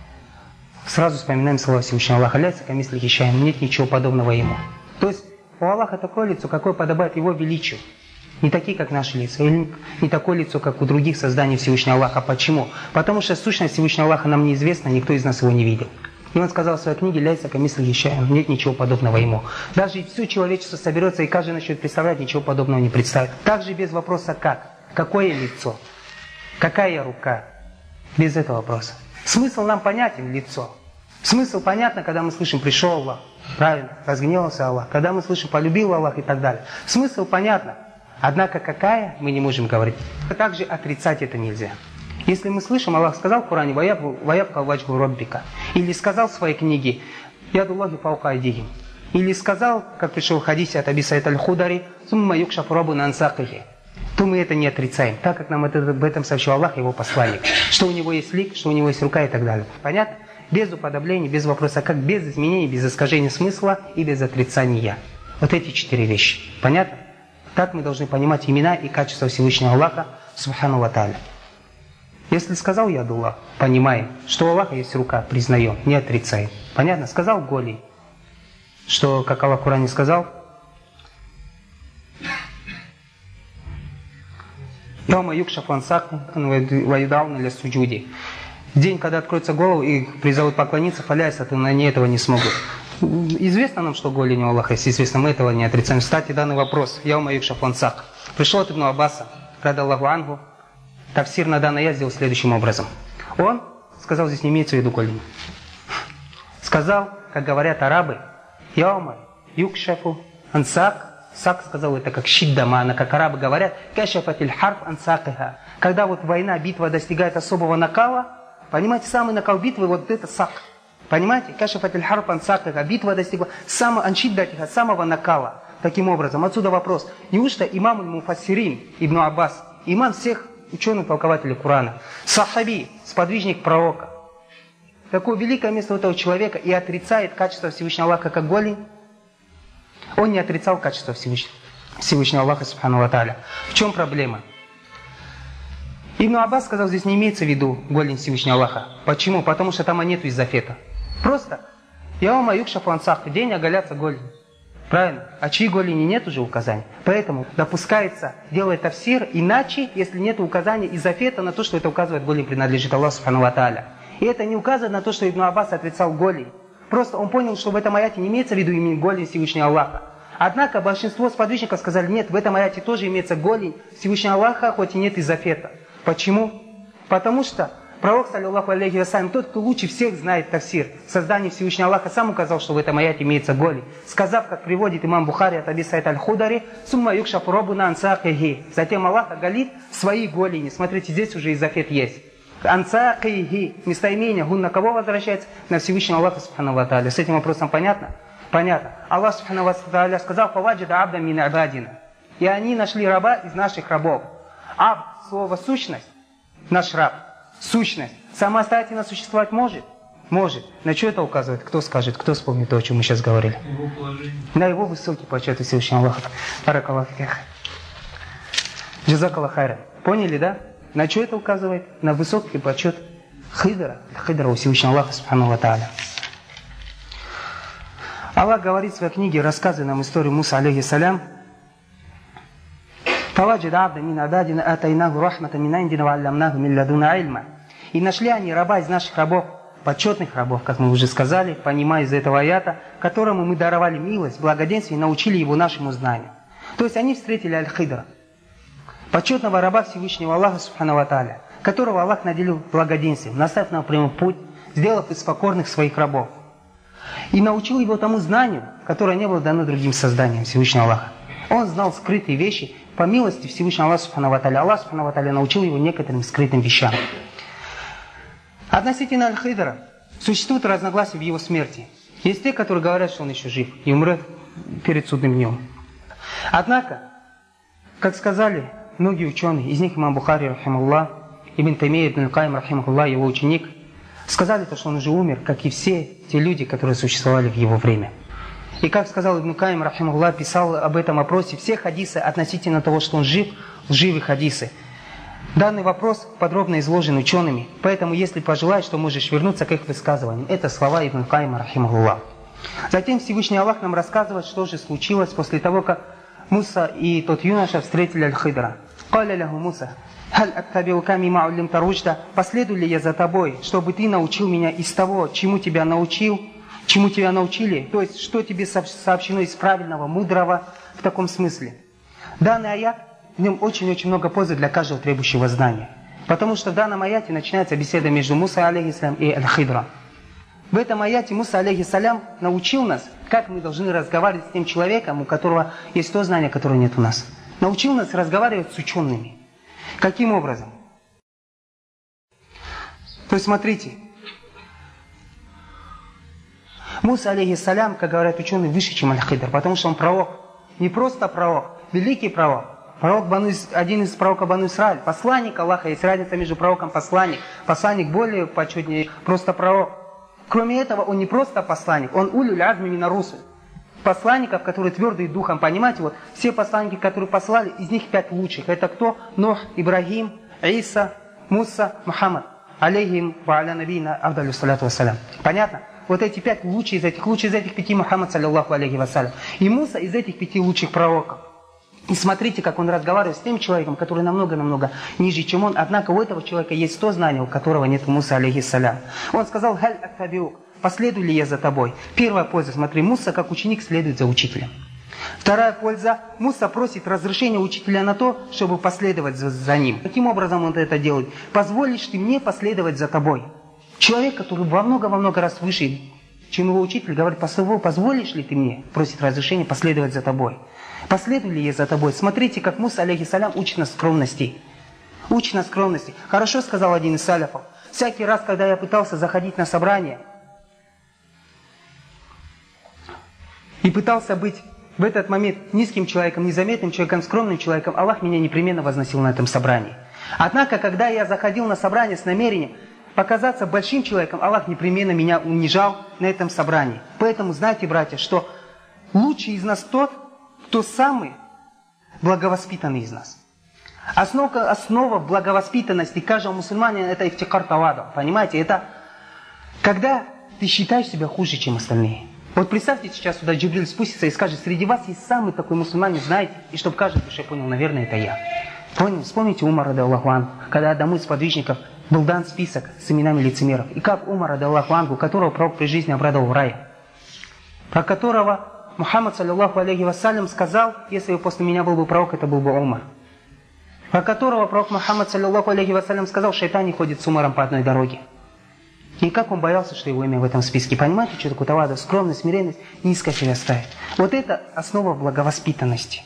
сразу вспоминаем слова Всевышнего Аллаха. «Ляйса камисли хищаем», нет ничего подобного ему. То есть, у Аллаха такое лицо, какое подобает его величию. Не такие, как наши лица, или не такое лицо, как у других созданий Всевышнего Аллаха. Почему? Потому что сущность Всевышнего Аллаха нам неизвестна, никто из нас его не видел. И он сказал в своей книге «Ляйса камисли хищаем», нет ничего подобного ему. Даже все человечество соберется, и каждый начнет представлять, ничего подобного не представит. Также без вопроса «как?», какое лицо, какая рука, без этого вопроса. Смысл нам понятен, лицо. Смысл понятно, когда мы слышим «пришел Аллах», правильно, разгневался Аллах, когда мы слышим «полюбил Аллах» и так далее. Смысл понятно. Однако какая, мы не можем говорить. Также отрицать это нельзя. Если мы слышим, Аллах сказал в Коране «Ваябка ваджху роббика», или сказал в своей книге «Ядуллахи фаука айдихим», или сказал, как пришел в хадисе от Аби Саид аль-Худари «Сумма юкшафу раббун ан сакихи», то мы это не отрицаем, так как нам об этом сообщил Аллах и его посланник, что у него есть лик, что у него есть рука и так далее. Понятно? Без уподобления, без вопроса, как без изменений, без искажения смысла и без отрицания. Вот эти 4 вещи. Понятно? Так мы должны понимать имена и качества Всевышнего Аллаха, Субхану ва Тааля. Если сказал Ядуллах, понимаем, что у Аллаха есть рука, признаем, не отрицаем. Понятно? Сказал голень, что, как Аллах в Коране сказал, «Йома юкшафу ан сакхи ва юдауна ля суджуди». День, когда откроется голову и призовут поклониться, фаляйся, то они этого не смогут. Известно нам, что голень у Аллаха есть, известно, мы этого не отрицаем. Кстати, данный вопрос, «Йома юкшафу ан сакх», пришел от Ибн Аббаса, рада Аллаху ангу, тафсир на данный аят сделал следующим образом. Он сказал, здесь не имеется в виду голень. Сказал, как говорят арабы, «Йома юкшафу ан сакх». Сак сказал это как щиддама, как арабы говорят, «Кашафатиль харф ан сакиха». Когда вот война, битва достигает особого накала, понимаете, самый накал битвы, вот это сак. Понимаете? «Кашафатиль харф ан сакиха». Битва достигла самого накала. Таким образом, отсюда вопрос. Неужто имам аль-Муфассирин, Ибн Аббас, имам всех ученых-толкователей Корана, сахаби, сподвижник пророка, такое великое место у этого человека и отрицает качество Всевышнего Аллаха как голень? Он не отрицал качество Всевышнего Аллаха, Субхану ва Тааля. В чем проблема? Ибн Аббас сказал, здесь не имеется в виду голень Всевышнего Аллаха. Почему? Потому что там нету из зафета. Просто «Яума юкшафу ан сакх», день оголятся голени. Правильно? А чьи голени нет уже указаний. Поэтому допускается делать тафсир иначе, если нет указания из зафета на то, что это указывает голень принадлежит Аллаху, Субхану ва Тааля. И это не указывает на то, что Ибн Аббас отрицал голень. Просто он понял, что в этом аяте не имеется в виду именно голень Всевышнего Аллаха. Однако большинство сподвижников сказали, нет, в этом аяте тоже имеется голень Всевышнего Аллаха, хоть и нет из зафета. Почему? Потому что пророк, саллиллаху алейхи вассалям, тот, кто лучше всех знает тафсир, создание Всевышнего Аллаха, сам указал, что в этом аяте имеется голень. Сказав, как приводит имам Бухари от Аби Саид аль-Худари, «Сумма юкшафу раббуна ан сакихи». Затем Аллах оголит свои голени. Смотрите, здесь уже и зафет есть. Ансакихи, местоимение, гун на кого возвращается? На Всевышнего Аллаха, Субхану ва Тааля. С этим вопросом понятно? Понятно. Аллах, Субхану ва Тааля, сказал, «Фаваджида абда мин абадина». И они нашли раба из наших рабов. Абд, слово сущность, наш раб, сущность, самостоятельно существовать может? Может. На что это указывает? Кто скажет? Кто вспомнит то, о чем мы сейчас говорили? Его положение. На его высокий почет Всевышнего Аллаха. Баракаллаху фик. Джазакаллаху хайран. Поняли, да? На что это указывает? На высокий почет Хидра у Всевышнего Аллаха, Субхану ва Тааля. Аллах говорит в своей книге, рассказывая нам историю Муса, алейхиссалям, «Фаваджида абда мин абадина атайнаху рахмата мин индина ва аллямнаху мин ладуна ильма». И нашли они раба из наших рабов, почетных рабов, как мы уже сказали, понимая из этого аята, которому мы даровали милость, благоденствие и научили его нашему знанию. То есть они встретили Аль-Хидра, почетного раба Всевышнего Аллаха, Субхану ва Тааля, которого Аллах наделил благоденствием, наставив на прямой путь, сделав из покорных своих рабов. И научил его тому знанию, которое не было дано другим созданиям Всевышнего Аллаха. Он знал скрытые вещи по милости Всевышнего Аллаха, Субхану ва Тааля. Аллах, Субхану ва Тааля, научил его некоторым скрытым вещам. Относительно Аль-Хидра существует разногласия в его смерти. Есть те, которые говорят, что он еще жив и умрет перед судным днем. Однако, как сказали многие ученые, из них имам Бухари, рахимахуллах, Ибн Таймия, Ибн Каим, рахимахуллах, его ученик, сказали то, что он уже умер, как и все те люди, которые существовали в его время. И как сказал Ибн Каим, рахимахуллах, писал об этом опросе все хадисы относительно того, что он жив, лживые хадисы. Данный вопрос подробно изложен учеными, поэтому, если пожелаешь, то можешь вернуться к их высказываниям. Это слова Ибн Каима, рахимахуллах. Затем Всевышний Аллах нам рассказывает, что же случилось после того, как Муса и тот юноша встретили Аль-Хидра. «Каля ляху Муса, халь аттабиука мима уллимта рушда, последую ли я за тобой, чтобы ты научил меня из того, чему тебя научили, то есть, что тебе сообщено из правильного, мудрого, в таком смысле». Данный аят, в нем очень-очень много пользы для каждого требующего знания. Потому что в данном аяте начинается беседа между Мусой, алейхиссалям, и Аль-Хидра. В этом аяте Муса, алейхиссалям, научил нас, как мы должны разговаривать с тем человеком, у которого есть то знание, которое нет у нас. Научил нас разговаривать с учеными. Каким образом? То есть смотрите, Муса, алейхиссалям, как говорят ученые, выше, чем Аль-Хидр, потому что он пророк. Не просто пророк, великий пророк. Пророк один из пророков Бану Исраиль, посланник Аллаха. Есть разница между пророком и посланник. Посланник более почетнее, просто пророк. Кроме этого, он не просто посланник, он улюль азми мина русуль. Посланников, которые твердые духом, понимаете, вот все посланники, которые послали, из них 5 лучших. Это кто? Нух, Ибрагим, Иса, Муса, Мухаммад. Алейхим ва аля набийна авдалю саляту вассалям. Понятно? Вот эти 5 лучших из этих 5 Мухаммад, саллиллаху алейхи вассалям. И Муса из этих 5 лучших пророков. И смотрите, как он разговаривает с тем человеком, который намного-намного ниже, чем он. Однако у этого человека есть то знание, у которого нет Муса, алейхиссалям. Он сказал: «Халь аттабиук, последую ли я за тобой?» Первая польза, смотри, Муса как ученик следует за учителем. Вторая польза, Муса просит разрешения учителя на то, чтобы последовать за ним. Каким образом он это делает? «Позволишь ты мне последовать за тобой?» Человек, который во много раз выше, чем его учитель, говорит: «Позволишь ли ты мне?» Просит разрешения последовать за тобой. Последую ли я за тобой? Смотрите, как Муса, алейхиссалям, учит нас скромности. Учит нас скромности. Хорошо сказал один из саляфов. Всякий раз, когда я пытался заходить на собрание и пытался быть в этот момент низким человеком, незаметным человеком, скромным человеком, Аллах меня непременно возносил на этом собрании. Однако, когда я заходил на собрание с намерением показаться большим человеком, Аллах непременно меня унижал на этом собрании. Поэтому знайте, братья, что лучший из нас тот, кто самый благовоспитанный из нас. Основа благовоспитанности каждого мусульманина — это ифтикар таваду. Понимаете, это когда ты считаешь себя хуже, чем остальные. Вот представьте, сейчас сюда Джибриль спустится и скажет: среди вас есть самый такой мусульманин, знаете, и чтобы каждый в душе понял: наверное, это я. Понял? Вспомните Умара радиаллаху анху, когда одному из сподвижников был дан список с именами лицемеров. И как Умар радиаллаху анху, которого пророк при жизни обрадовал в рае, про которого Мухаммад, саллиллаху алейхи вассалям, сказал: если бы после меня был бы пророк, это был бы Умар. Про которого пророк Мухаммад, саллиллаху алейхи вассалям, сказал: шайтан не ходит с Умаром по одной дороге. И как он боялся, что его имя в этом списке. Понимаете, что такое тавада? Скромность, смиренность, низко себя ставить. Вот это основа благовоспитанности.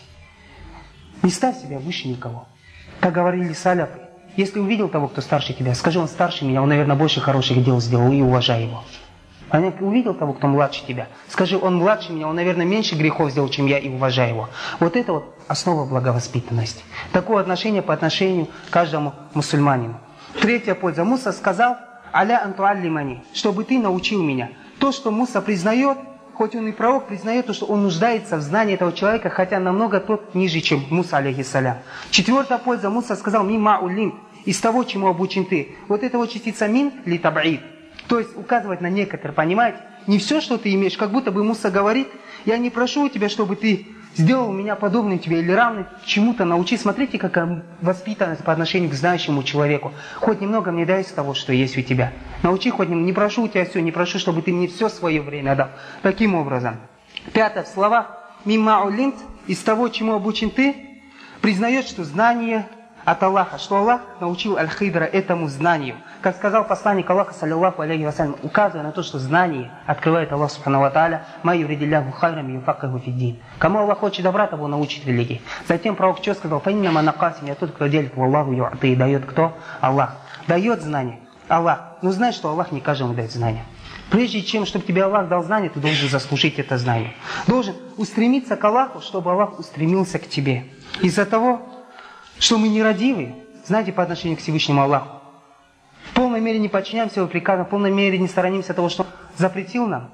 Не ставь себя выше никого. Как говорили саляфы, если увидел того, кто старше тебя, скажи: он старше меня, он, наверное, больше хороших дел сделал, и уважай его. Увидел того, кто младше тебя, скажи: он младше меня, он, наверное, меньше грехов сделал, чем я, и уважай его. Вот это вот основа благовоспитанности. Такое отношение по отношению к каждому мусульманину. Третья польза. Муса сказал: «Аля антуаллимани», чтобы ты научил меня. То, что Муса признает, хоть он и пророк, признает то, что он нуждается в знании этого человека, хотя намного тот ниже, чем Муса, алейхиссалям. Четвертая польза. Муса сказал: «Мимма улим», из того, чему обучен ты. Вот это вот частица мин ли табаид. То есть указывать на некоторые, понимаете? Не все, что ты имеешь, как будто бы Муса говорит: я не прошу у тебя, чтобы ты сделал меня подобным тебе или равным чему-то, научи. Смотрите, какая воспитанность по отношению к знающему человеку. Хоть немного мне дай из того, что есть у тебя. Научи хоть немного. Не прошу у тебя все, не прошу, чтобы ты мне все свое время дал. Таким образом. Пятое. В словах «мимма улимт», из того, чему обучен ты, признает, что знание от Аллаха, что Аллах научил Аль-Хидра этому знанию. Как сказал посланник Аллаха, саллиллаху алейхи вассалям, указывая на то, что знание открывает Аллах субхану ва тааля: «Ма юридилляху хайрам юфаккиху фиддин». Кому Аллах хочет добра, того научит религии. Затем пророк что сказал? «Фаиннама накасим», я тот, кто делит, валлаху ю'ати, дает кто? Аллах. Дает знание Аллах. Но знай, что Аллах не каждому дает знание. Прежде чем, чтобы тебе Аллах дал знание, ты должен заслужить это знание. Должен устремиться к Аллаху, чтобы Аллах устремился к тебе. Из-за того, что мы нерадивы, знаете, по отношению к Всевышнему Аллаху, в полной мере не подчиняемся его приказам, в полной мере не сторонимся того, что запретил нам.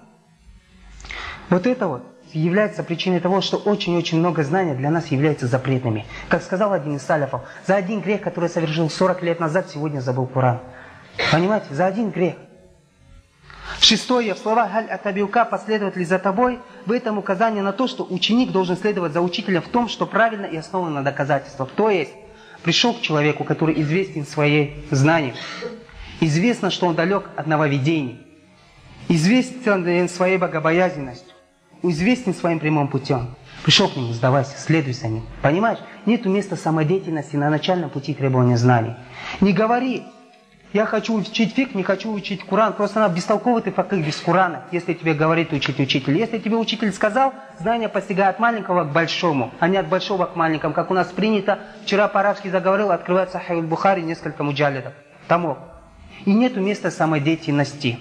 Вот это вот является причиной того, что очень-очень много знаний для нас является запретными. Как сказал один из саляфов: за один грех, который совершил 40 лет назад, сегодня забыл Коран. Понимаете? За один грех. Шестое. В словах «Халь атабиука», последовать ли за тобой, в этом указание на то, что ученик должен следовать за учителем в том, что правильно и основано на доказательствах. То есть, пришел к человеку, который известен своей знанием, известно, что он далек от нововведений, известен своей богобоязненностью, известен своим прямым путем. Пришел к нему: сдавайся, следуй за ним. Понимаешь? Нету места самодеятельности на начальном пути требования знаний. Не говори: я хочу учить фикх, не хочу учить Коран. Просто она бестолковый ты факих без Корана, если тебе говорит учить учитель. Если тебе учитель сказал, знание постигает от маленького к большому, а не от большого к маленькому, как у нас принято. Вчера по-арабски заговорил, открывает Сахих аль-Бухари, несколько муджалидов, томов. И нету места самодеятельности.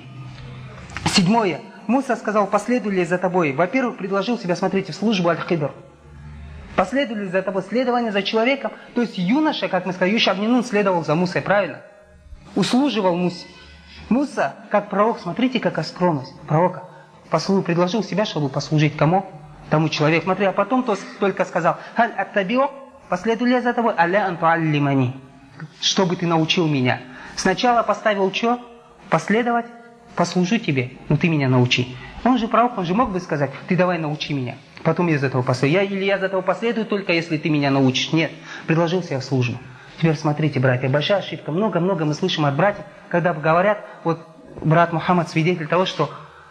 7. Муса сказал, последовали ли за тобой. Во-первых, предложил себя, смотрите, в службу аль-Хидр. Последовали за тобой, следование за человеком. То есть юноша, как мы сказали, Юша ибн Нун следовал за Мусой, правильно? Услуживал Мусе. Муса, как пророк, смотрите, какая скромность пророка. Предложил себя, чтобы послужить кому? Тому человеку. Смотри, а потом только сказал, «Халь аттабио, последовали за тобой, аля анту аллимани, чтобы ты научил меня». Сначала поставил что? Последовать, послужу тебе, но ты меня научи. Он же пророк, он же мог бы сказать, ты давай научи меня. Потом я из этого последую. Я из этого последую только если ты меня научишь. Нет, предложил себя в службу. Теперь смотрите, братья, большая ошибка. Много-много мы слышим от братьев, когда говорят, вот брат Мухаммад свидетель того, что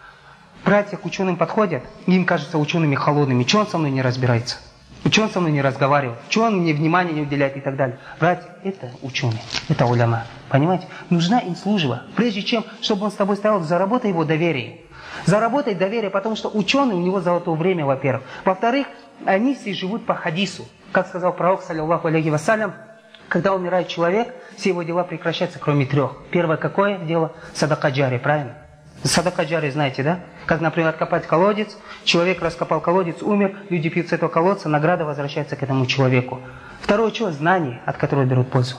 братья к ученым подходят, им кажется учеными холодными. Чего он со мной не разбирается? Чего он со мной не разговаривает? Чего он мне внимания не уделяет и так далее? Братья, это ученые, это уляма. Понимаете? Нужна им служба. Прежде чем, чтобы он с тобой стоял, заработай его доверие. Заработать доверие, потому что ученый, у него золотое время, во-первых. Во-вторых, они все живут по хадису. Как сказал пророк, саллиллаху алейхи вассалям, когда умирает человек, все его дела прекращаются, кроме 3. Первое какое дело? Садака джари, правильно? Садака джари знаете, да? Как, например, откопать колодец, человек раскопал колодец, умер, люди пьют с этого колодца, награда возвращается к этому человеку. Второе что? Знание, от которого берут пользу.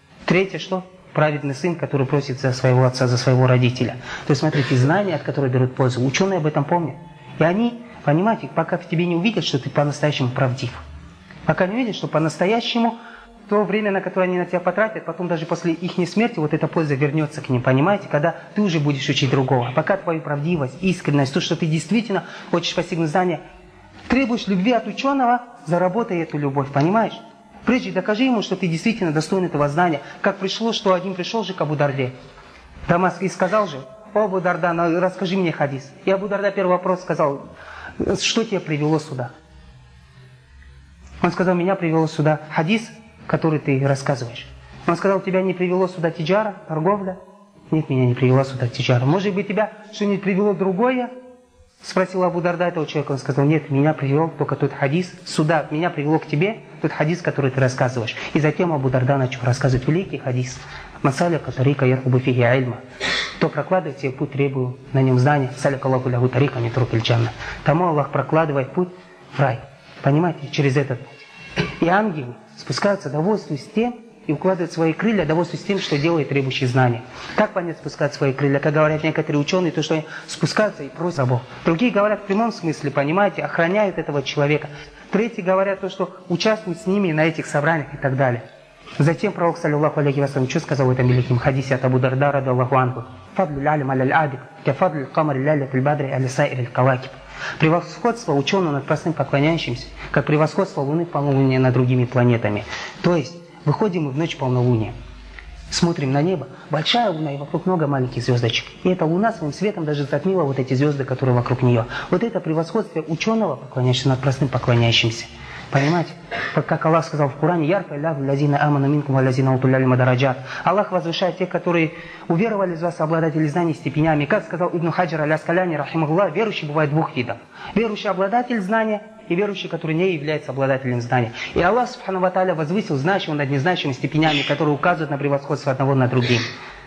3 что? Праведный сын, который просит за своего отца, за своего родителя. То есть, смотрите, знания, от которых берут пользу. Ученые об этом помнят. И они, понимаете, пока в тебе не увидят, что ты по-настоящему правдив. Пока не увидят, что по-настоящему то время, на которое они на тебя потратят, потом даже после их смерти вот эта польза вернется к ним, понимаете? Когда ты уже будешь учить другого. А пока твою правдивость, искренность, то, что ты действительно хочешь постигнуть знания, требуешь любви от ученого, заработай эту любовь, понимаешь? Прежде докажи ему, что ты действительно достоин этого знания. Как пришло, что один пришел же к Абу Дарде, Дамаск, и сказал же, о, Абу Дарда, расскажи мне хадис. И Абу Дарда первый вопрос сказал, что тебя привело сюда? Он сказал, меня привело сюда хадис, который ты рассказываешь. Он сказал, тебя не привело сюда тиджара, торговля? Нет, меня не привело сюда тиджара. Может быть, тебя что-нибудь привело другое? Спросил Абу Дарда этого человека, он сказал, нет, меня привел только тот хадис, сюда, меня привело к тебе тот хадис, который ты рассказываешь. И затем Абу Дарда начал рассказывать великий хадис. Масалика тарика ярхубу фиги ильма. Кто прокладывает себе путь, требую на нем знания. Салика Аллаху лаху тарика митрукиль джанна. Тому Аллах прокладывает путь в рай. Понимаете, через этот путь. И ангелы спускаются, довольствуясь тем, и укладывают свои крылья, довольствуясь тем, что делает требующий знания. Как понять спускать свои крылья? Как говорят некоторые ученые, то, что они спускаются и просят рабов. Другие говорят в прямом смысле, понимаете, охраняют этого человека. Третьи говорят то, что участвуют с ними на этих собраниях и так далее. Затем пророк, саллиллаху алейхи вассалям, что сказал в этом великом хадисе от Абу Дарда, радаллаху анху? Фадлю алим аляль абид, ка фадлю камари ляля тульбадри аля сайриль кавакиб. Превосходство ученого над простым поклоняющимся, как превосходство Луны полнолуния над другими планетами. То есть, выходим мы в ночь полнолуния, смотрим на небо, большая луна и вокруг много маленьких звездочек. И эта луна своим светом даже затмила вот эти звезды, которые вокруг нее. Вот это превосходство ученого, поклоняющегося над простым поклоняющимся. Понимаете? Как Аллах сказал в Коране, «Ярфа лягу лазина амана минкум лазина утуляли мадараджат». Аллах возвышает тех, которые уверовали из вас, обладатели знаний степенями. Как сказал Ибн Хаджар аль-Аскаляни, рахимахуллах, верующий бывает двух видов. Верующий обладатель знания и верующий, который не является обладателем знания. И Аллах, субхану ва тааля, возвысил значимым над незначимыми степенями, которые указывают на превосходство одного над другим.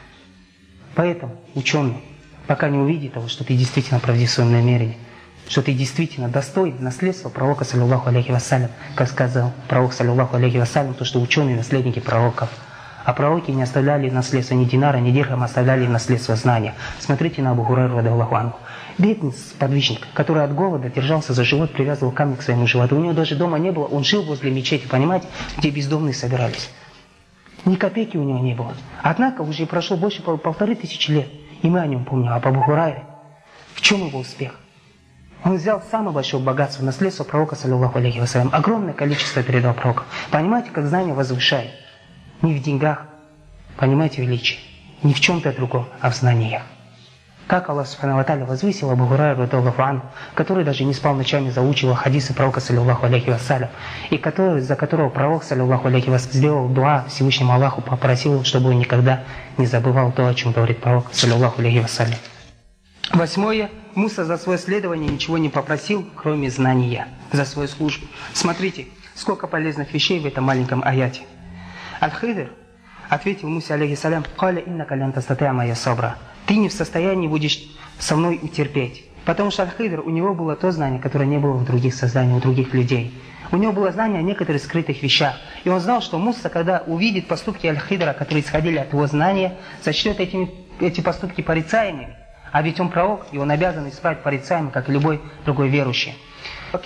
Поэтому, ученый, пока не увидит того, что ты действительно правдив в своем намерении, что ты действительно достоин наследства пророка, саллиллаху алейхи вассалям, как сказал пророк, саллиллаху алейхи вассалям, то, что ученые наследники пророков. А пророки не оставляли наследство ни динара, ни дирхам, оставляли наследство знания. Смотрите на Абу Хурайру, радаллаху анху. Бедный сподвижник, который от голода держался за живот, привязывал камень к своему животу. У него даже дома не было, он жил возле мечети, понимаете, где бездомные собирались. Ни копейки у него не было. Однако уже прошло больше 1500 лет, и мы о нем помним, об Абу Хурайре. В чем его успех? Он взял самое большое богатство, наследство пророка, саллиллаху алейхи вассалям. Огромное количество передал пророка. Понимаете, как знание возвышает? Не в деньгах, понимаете, величие. Не в чем-то другом, а в знаниях. Как Аллах Субхану ва Тааля возвысил Абу Хурайру радиллаху анху, который даже не спал ночами, заучивал хадисы пророка, саллиллаху алейхи вассалям, и за которого пророк, саллиллаху алейхи вассалям, сделал дуа Всевышнему Аллаху, попросил, чтобы он никогда не забывал то, о чем говорит пророк, саллиллаху алейхи вассалям. 8. Муса за свое следование ничего не попросил, кроме знания, за свою службу. Смотрите, сколько полезных вещей в этом маленьком аяте. Аль-Хидр ответил Мусе алейхиссалям: «Каля иннака лян тастати'а майя сабра». Ты не в состоянии будешь со мной утерпеть. Потому что Аль-Хидр, у него было то знание, которое не было в других созданиях, у других людей. У него было знание о некоторых скрытых вещах. И он знал, что Муса, когда увидит поступки Аль-Хидра, которые исходили от его знания, сочтет эти поступки порицаемыми. А ведь он пророк, и он обязан исправить порицаемым, как и любой другой верующий. И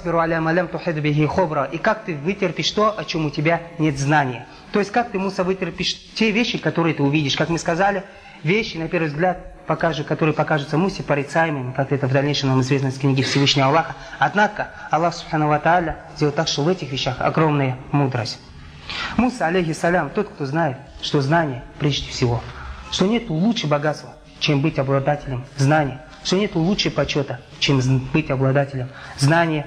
как ты вытерпишь то, о чем у тебя нет знания? То есть как ты, Муса, вытерпишь те вещи, которые ты увидишь? Как мы сказали, вещи, на первый взгляд, которые покажутся Мусе порицаемыми, как это в дальнейшем нам известно из книги Всевышнего Аллаха. Однако Аллах Субхану ва Тааля сделал так, что в этих вещах огромная мудрость. Муса, алейхиссалям, тот, кто знает, что знание прежде всего, что нет лучше богатства, чем быть обладателем знания, что нет лучше почета, чем быть обладателем знания,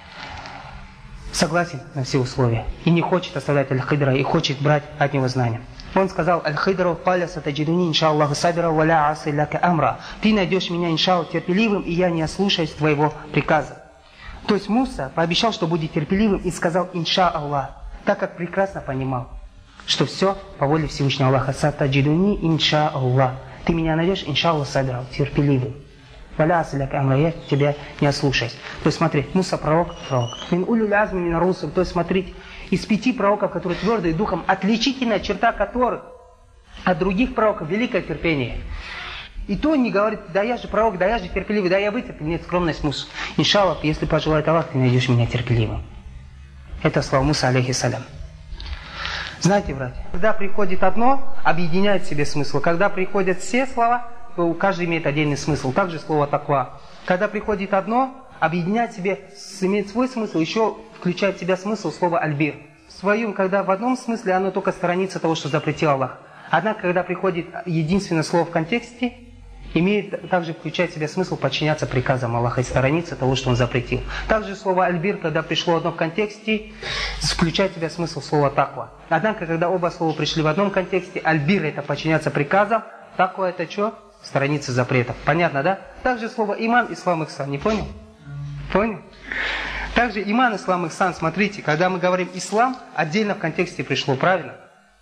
согласен на все условия и не хочет оставлять Аль-Хидра, и хочет брать от него знания. Он сказал: «Аль-Хидру каля сатаджидуни иншаллаху сабира валя аси лака амра». Ты найдешь меня, иншаллах, терпеливым, и я не ослушаюсь твоего приказа. То есть Муса пообещал, что будет терпеливым, и сказал иншаллах, так как прекрасно понимал, что все по воле Всевышнего Аллаха. Сатаджидуни иншаллах. Ты меня найдешь, иншаллах, сабира, терпеливым. Валя аси лака амра, я тебя не ослушаюсь. То есть смотри, Муса пророк. Мин улюл азми мин русул. То есть смотрите, из 5 пророков, которые твердые духом, отличительная черта которых от других пророков — великое терпение. И то он не говорит: да я же пророк, да я же терпеливый, да я вытерплю. Нет, скромность Муса. Иншаллах, если пожелает Аллах, ты найдешь меня терпеливым. Это слова Муса, алейхиссалям. Знаете, братья, когда приходит одно, объединяет в себе смысл. Когда приходят все слова, то каждый имеет отдельный смысл. Также слово таква. Когда приходит одно, объединяет в себе, имеет свой смысл, еще включает в себя смысл слова альбир. В своем, когда в одном смысле оно только сторонится того, что запретил Аллах. Однако, когда приходит единственное слово в контексте, имеет также включать в себя смысл подчиняться приказам Аллаха и сторониться того, что Он запретил. Также слово альбир, когда пришло одно в контексте, включает в себя смысл слова таква. Однако, когда оба слова пришли в одном контексте, альбир — это подчиняться приказам, таква — это что? Сторониться запретов. Понятно, да? Также слово иман, ислам, ихсан. Не понял? Понял? Также иман, ислам, ихсан, смотрите, когда мы говорим ислам, отдельно в контексте пришло, правильно?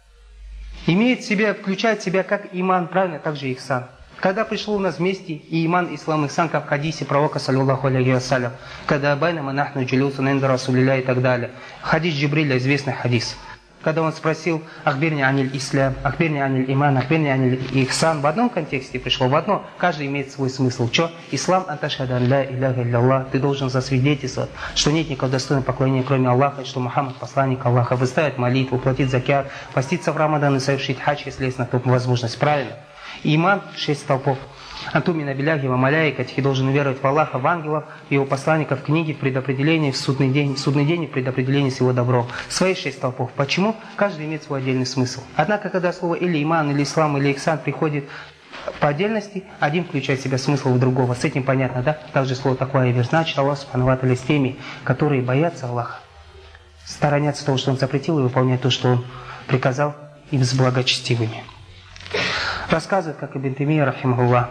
Имеет в себе, включает в себя как иман, правильно, также ихсан. Когда пришло у нас вместе и иман, ислам, ихсан, как в хадисе пророка, саллиллаху алейхи вассалям, когда байна манахну джулюсун инда расулилля и так далее. Хадис Джибриля, известный хадис. Когда он спросил: «Ахбирни аниль ислам, ахбирни аниль иман, ахбирни аниль ихсан», в одном контексте пришло, в одно, каждый имеет свой смысл. Что? Ислам анташхадан ля иляха илля, ты должен засвидетельствовать, что нет никого достойного поклонения, кроме Аллаха, и что Мухаммад посланник Аллаха, выставить молитву, платить закят, поститься в Рамадан и совершить хадж, если есть на то возможность. Правильно? Иман 6 столпов. Антумина биляхи ва маляйкати, должен веровать в Аллаха, в ангелов, в его посланников, в книги, в предопределении, в судный день и в предопределении с его добром. Свои 6 столпов. Почему? Каждый имеет свой отдельный смысл. Однако, когда слово или иман, или ислам, или ихсан приходит по отдельности, один включает в себя смысл в другого. С этим понятно, да? Также слово такое и значит, Аллах Субхану ва Тааля с теми, которые боятся Аллаха, сторонятся того, что Он запретил, и выполняют то, что Он приказал, им с благочестивыми. Рассказывает, как Ибн Таймия, рахимахуллах,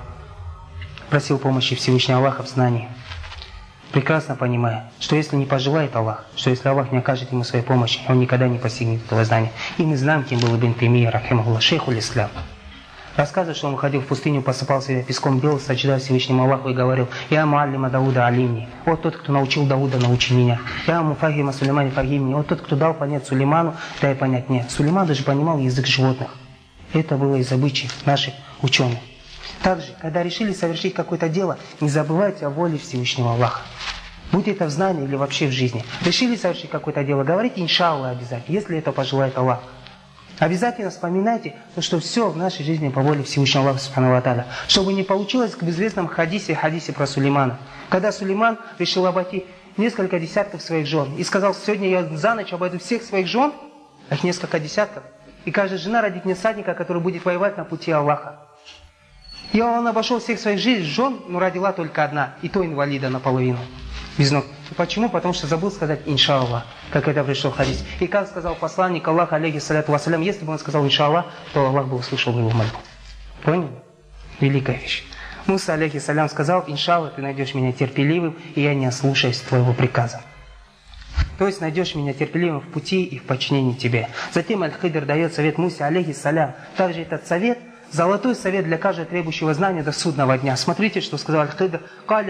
просил помощи Всевышнего Аллаха в знании, прекрасно понимая, что если не пожелает Аллах, что если Аллах не окажет ему своей помощи, он никогда не постигнет этого знания. И мы знаем, кем был Ибн Таймия, рахимахуллах, шейхуль ислам. Рассказывает, что он выходил в пустыню, посыпал себя песком, делал саджда Всевышнему Аллаху и говорил: «Я муаллима Дауда алимни». Вот тот, кто научил Дауда, научи меня. «Я муфахима Сулеймани фахимни». Вот тот, кто дал понять Сулейману, дай понять мне. Сулейман даже понимал язык животных. Это было из обычаев наших ученых. Также, когда решили совершить какое-то дело, не забывайте о воле Всевышнего Аллаха. Будь это в знании или вообще в жизни. Решили совершить какое-то дело, говорите иншаллах обязательно, если это пожелает Аллах. Обязательно вспоминайте, что все в нашей жизни по воле Всевышнего Аллаха Субхану ва Тааля. Чтобы не получилось как в известном хадисе про Сулеймана. Когда Сулейман решил обойти несколько десятков своих жен и сказал: сегодня я за ночь обойду всех своих жен, их несколько десятков, и каждая жена родит мне всадника, который будет воевать на пути Аллаха. И он обошел всех своих жен, но родила только одна, и то инвалида наполовину, без ног. Почему? Потому что забыл сказать иншаллах, как это пришло в хадис. И как сказал посланник Аллаха, алейхиссаляту вассалям, если бы он сказал иншаллах, то Аллах бы услышал его мольбу. Поняли? Великая вещь. Муса, алейхиссалям, сказал: иншаллах, ты найдешь меня терпеливым, и я не ослушаюсь твоего приказа. То есть найдешь меня терпеливым в пути и в подчинении тебе. Затем Аль-Хидр дает совет Мусе, алейхиссалям. Также этот совет, золотой совет для каждого требующего знания до судного дня. Смотрите, что сказал Аль-Хидр.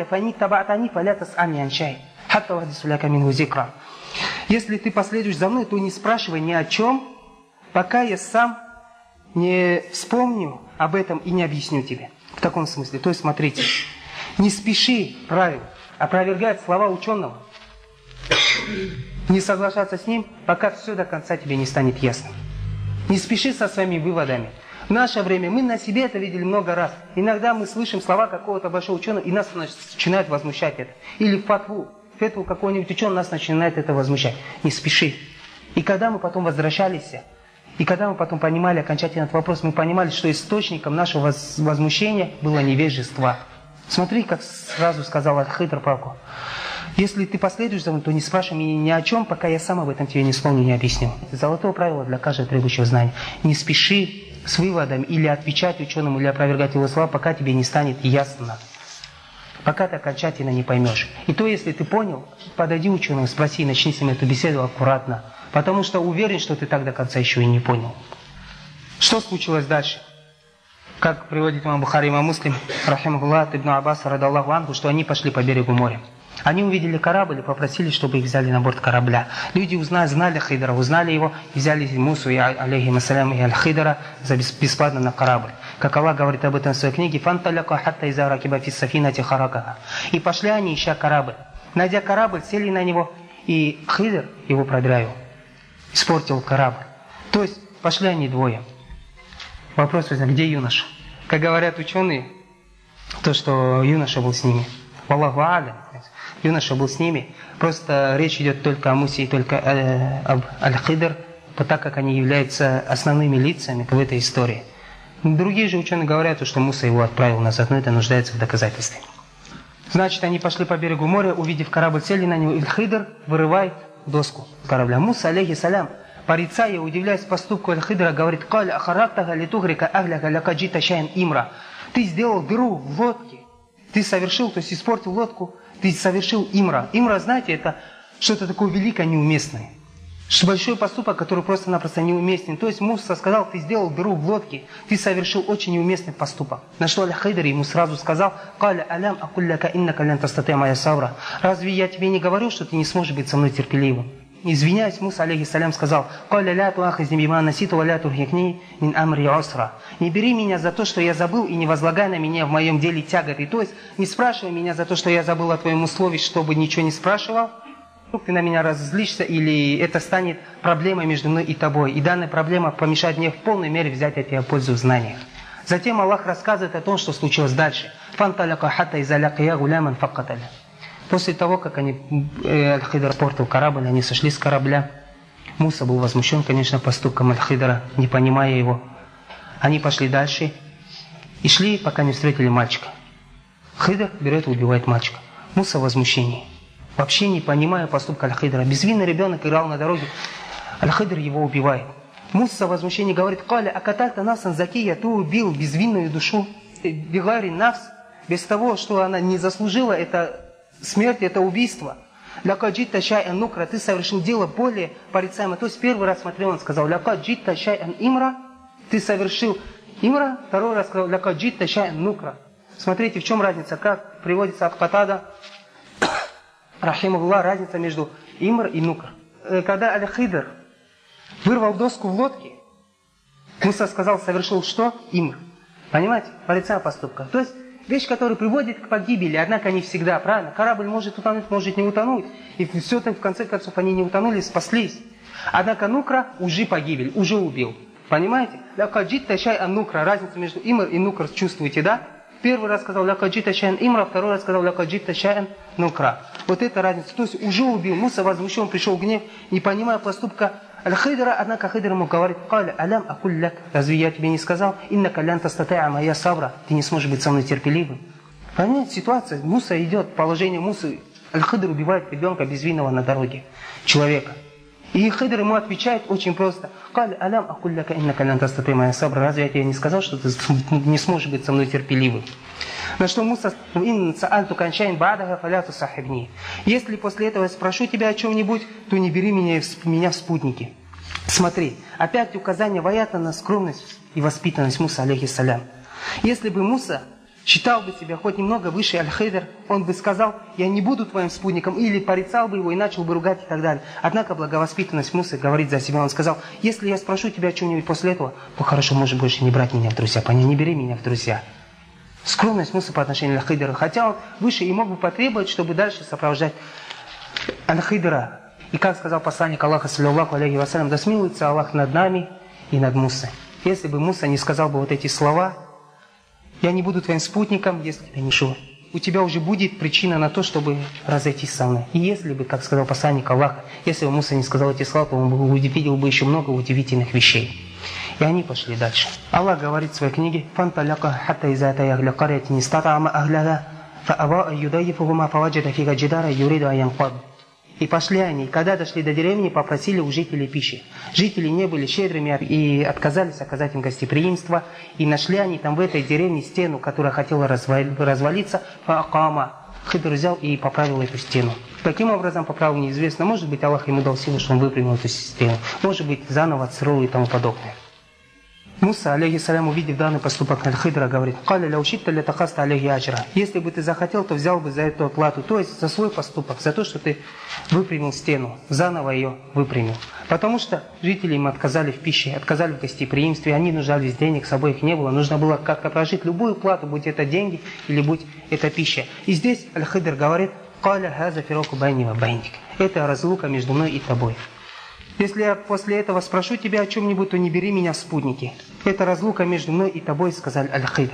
Если ты последуешь за мной, то не спрашивай ни о чем, пока я сам не вспомню об этом и не объясню тебе. В таком смысле. То есть смотрите, не спеши правил, опровергать слова ученого, не соглашаться с ним, пока все до конца тебе не станет ясным. Не спеши со своими выводами. В наше время мы на себе это видели много раз. Иногда мы слышим слова какого-то большого ученого, и нас начинает возмущать это. Или фатву какого-нибудь ученого нас начинает это возмущать. Не спеши. И когда мы потом возвращались, и когда мы потом понимали окончательно этот вопрос, мы понимали, что источником нашего возмущения было невежество. Смотри, как сразу сказал Аль-Хидр Палку. Если ты последуешь за мной, то не спрашивай меня ни о чем, пока я сам об этом тебе не вспомню, не объясню. Золотое правило для каждого требующего знания. Не спеши с выводом или отвечать ученому, или опровергать его слова, пока тебе не станет ясно. Пока ты окончательно не поймешь. И то, если ты понял, подойди ученому, спроси, начни с ним эту беседу аккуратно. Потому что уверен, что ты так до конца еще и не понял. Что случилось дальше? Как приводит имам Бухари, имам Муслим, рахимахуллах, ибн Аббас, радаллаху анху, что они пошли по берегу моря. Они увидели корабль и попросили, чтобы их взяли на борт корабля. Люди знали Хидра, узнали его, и взяли Мусу, и алейхиссалям, и Аль-Хидра бесплатно на корабль. Как Аллах говорит об этом в своей книге, «Фанталяка хатта иза ракиба фис сафинати харакаха». И пошли они, ища корабль. Найдя корабль, сели на него, и Хидр его продраил, испортил корабль. То есть пошли они двое. Вопрос возник, где юноша? Как говорят ученые, то, что юноша был с ними. Аллаху а'лям. Юноша был с ними. Просто речь идет только о Мусе и только об Аль-Хидр, так как они являются основными лицами в этой истории. Другие же ученые говорят, что Муса его отправил назад, но это нуждается в доказательстве. Значит, они пошли по берегу моря, увидев корабль, сели на него, и Аль-Хидр вырывает доску корабля. Муса, алейхиссалям, порицая, удивляясь поступку Аль-Хидра, говорит: ты сделал дыру в лодке, ты совершил, то есть испортил лодку, ты совершил имра. Имра, знаете, это что-то такое великое, неуместное. Большой поступок, который просто-напросто неуместен. То есть Муса сказал: ты сделал дыру в лодке, ты совершил очень неуместный поступок. На что Аль-Хидр ему сразу сказал: разве я тебе не говорю, что ты не сможешь быть со мной терпеливым? Извиняясь, Муса, алейхиссалям, сказал: не бери меня за то, что я забыл, и не возлагай на меня в моем деле тяготы. То есть не спрашивай меня за то, что я забыл о твоем условии, чтобы ничего не спрашивал. Ты на меня разозлишься, или это станет проблемой между мной и тобой. И данная проблема помешает мне в полной мере взять от тебя пользу в знаниях. Затем Аллах рассказывает о том, что случилось дальше. После того, как Аль-Хидр портил корабль, они сошли с корабля. Муса был возмущен, конечно, поступком Аль-Хидра, не понимая его. Они пошли дальше и шли, пока не встретили мальчика. Хидр берет и убивает мальчика. Муса в возмущении, вообще не понимая поступка Аль-Хидра. Безвинный ребенок играл на дороге, Аль-Хидр его убивает. Муса в возмущении говорит: акатальта нафсан закия, ты убил безвинную душу, бигари нафс, без того, что она не заслужила, это смерть, это убийство. Лякад джитта шай'ан нукра, ты совершил дело более порицаемое. То есть первый раз смотрел, он сказал: лякад джитта шай'ан имра, ты совершил имра. Второй раз сказал: лякад джитта шай'ан нукра. Смотрите, в чем разница, как приводится от Катада, рахимахуллах, разница между имр и нукр. Когда Аль-Хидр вырвал доску в лодке, Муса сказал: совершил что? Имр. Понимаете? Порицаемая поступка. То есть вещь, которая приводит к погибели, однако не всегда, правильно? Корабль может утонуть, может не утонуть. И все-таки, в конце концов, они не утонули, спаслись. Однако нукра уже погибель, уже убил. Понимаете? Лякаджитта шай'ан нукра. Разницу между имр и нукр чувствуете, да? Первый раз сказал лякаджитта шай'ан имра, второй раз сказал лякаджитта шай'ан нукра. Вот это разница. То есть уже убил. Муса возмущен, пришел в гнев, не понимая поступка Аль-Хидра, однако Хидр ему говорит: «Каля алям акуль ляк». Разве я тебе не сказал? «Иннака лян тастати'а моя сабра». Ты не сможешь быть со мной терпеливым. Понимаете, ситуация, Муса идет, положение Мусы. Аль-Хидр убивает ребенка безвинного на дороге, человека. И Хидр ему отвечает очень просто: «Каля алям акуль ляка иннака лян тастати'а моя сабра». Разве я тебе не сказал, что ты не сможешь быть со мной терпеливым? На что Муса: «Если после этого я спрошу тебя о чем-нибудь, то не бери меня в спутники». Смотри, опять указание в аята на скромность и воспитанность Муса, алейхиссалям. Если бы Муса считал бы себя хоть немного выше Аль-Хидр, он бы сказал: «Я не буду твоим спутником», или порицал бы его и начал бы ругать и так далее. Однако благовоспитанность Мусы говорит за себя. Он сказал: «Если я спрошу тебя о чем-нибудь после этого, то хорошо, можешь больше не брать меня в друзья, не бери меня в друзья». Скромность Мусы по отношению к Аль-Хидра. Хотя он выше и мог бы потребовать, чтобы дальше сопровождать Аль-Хидра. И как сказал посланник Аллаха, саллиллаху алейхи вассалям: «Да смилуется Аллах над нами и над Мусой». Если бы Муса не сказал бы вот эти слова: «Я не буду твоим спутником, если ты не шур», у тебя уже будет причина на то, чтобы разойтись со мной. И если бы, как сказал посланник Аллаха, если бы Муса не сказал эти слова, то он бы увидел бы еще много удивительных вещей. И они пошли дальше. Аллах говорит в своей книге: «Фанталяка хатта иза атая ахля каряти не статаама ахляха, фаава юдайфугума фаваджада фига джидара юриду аянкад». И пошли они, когда дошли до деревни, попросили у жителей пищи. Жители не были щедрыми и отказались оказать им гостеприимство. И нашли они там в этой деревне стену, которая хотела развалиться. Фаакама. Хидр взял и поправил эту стену. Каким образом поправил, неизвестно. Может быть, Аллах ему дал силу, что он выпрямил эту стену. Может быть, заново отстроил и тому подобное. Муса, алейхиссалям, увидев данный поступок Аль-Хидра, говорит: «Каля ляушитта лятахаста алейхи аджра». Если бы ты захотел, то взял бы за эту оплату, то есть за свой поступок, за то, что ты выпрямил стену, заново ее выпрямил. Потому что жители им отказали в пище, отказали в гостеприимстве, они нуждались в денег, с собой их не было. Нужно было как-то прожить любую плату, будь это деньги или будь это пища. И здесь Аль-Хидр говорит: «Каля хаза фироку байни ва байник». Это разлука между мной и тобой. Если я после этого спрошу тебя о чем-нибудь, то не бери меня в спутники. Это разлука между мной и тобой, сказал Аль-Хидр.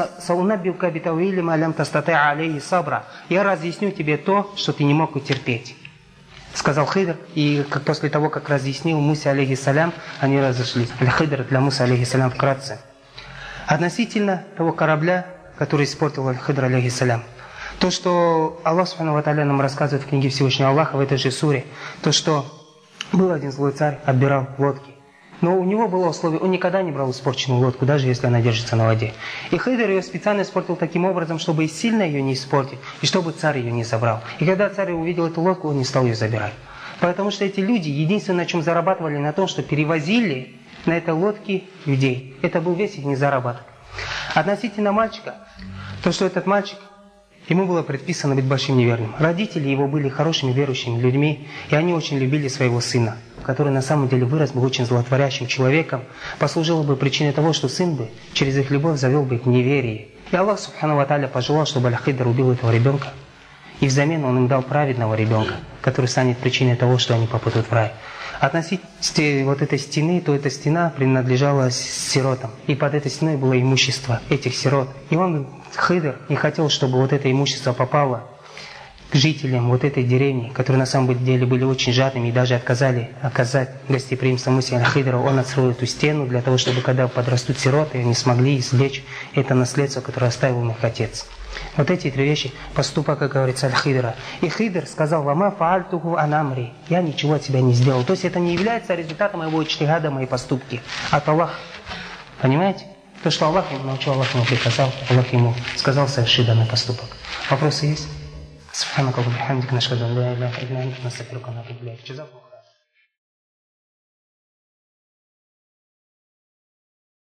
Я разъясню тебе то, что ты не мог утерпеть, сказал Хидр. И после того, как разъяснил Мусе, алейхиссалям, они разошлись. Аль-Хидр для Мусы, алейхиссалям, вкратце. Относительно того корабля, который испортил Аль-Хидр, алейхиссалям. То, что Аллах субхану ва тааля нам рассказывает в книге Всевышнего Аллаха в этой же суре, то, что был один злой царь, отбирал лодки. Но у него было условие: он никогда не брал испорченную лодку, даже если она держится на воде. И Хидр ее специально испортил таким образом, чтобы и сильно ее не испортить, и чтобы царь ее не забрал. И когда царь увидел эту лодку, он не стал ее забирать. Потому что эти люди, единственное, на чем зарабатывали, на том, что перевозили на этой лодке людей. Это был весь их заработок. Относительно мальчика, то, что этот мальчик, ему было предписано быть большим неверным. Родители его были хорошими верующими людьми, и они очень любили своего сына, который на самом деле вырос бы очень злотворящим человеком, послужило бы причиной того, что сын бы через их любовь завел бы их в неверие. И Аллах субхану ва тааля пожелал, чтобы Аль-Хидр убил этого ребенка, и взамен он им дал праведного ребенка, который станет причиной того, что они попадут в рай. Относительно вот этой стены, то эта стена принадлежала сиротам, и под этой стеной было имущество этих сирот. И он, Хидр, не хотел, чтобы вот это имущество попало к жителям вот этой деревни, которые на самом деле были очень жадными и даже отказали оказать гостеприимство Мусе Аль-Хидру. Он отстроил эту стену для того, чтобы когда подрастут сироты, они смогли извлечь это наследство, которое оставил им их отец. Вот эти три вещи, поступок, как говорится, Аль-Хидра. И Хидр сказал: «Вама фаальтуху анамри». Я ничего от себя не сделал. То есть это не является результатом моего иджтихада, моей поступки. От Аллаха. Понимаете? То, что Аллах ему научил, Аллах ему приказал, Аллах ему сказал соверши данный поступок. Вопросы есть? Субханакаллаху ва бихамдика, нашхаду ан ла иляха илля анта, настагфирука ва натубу илейк.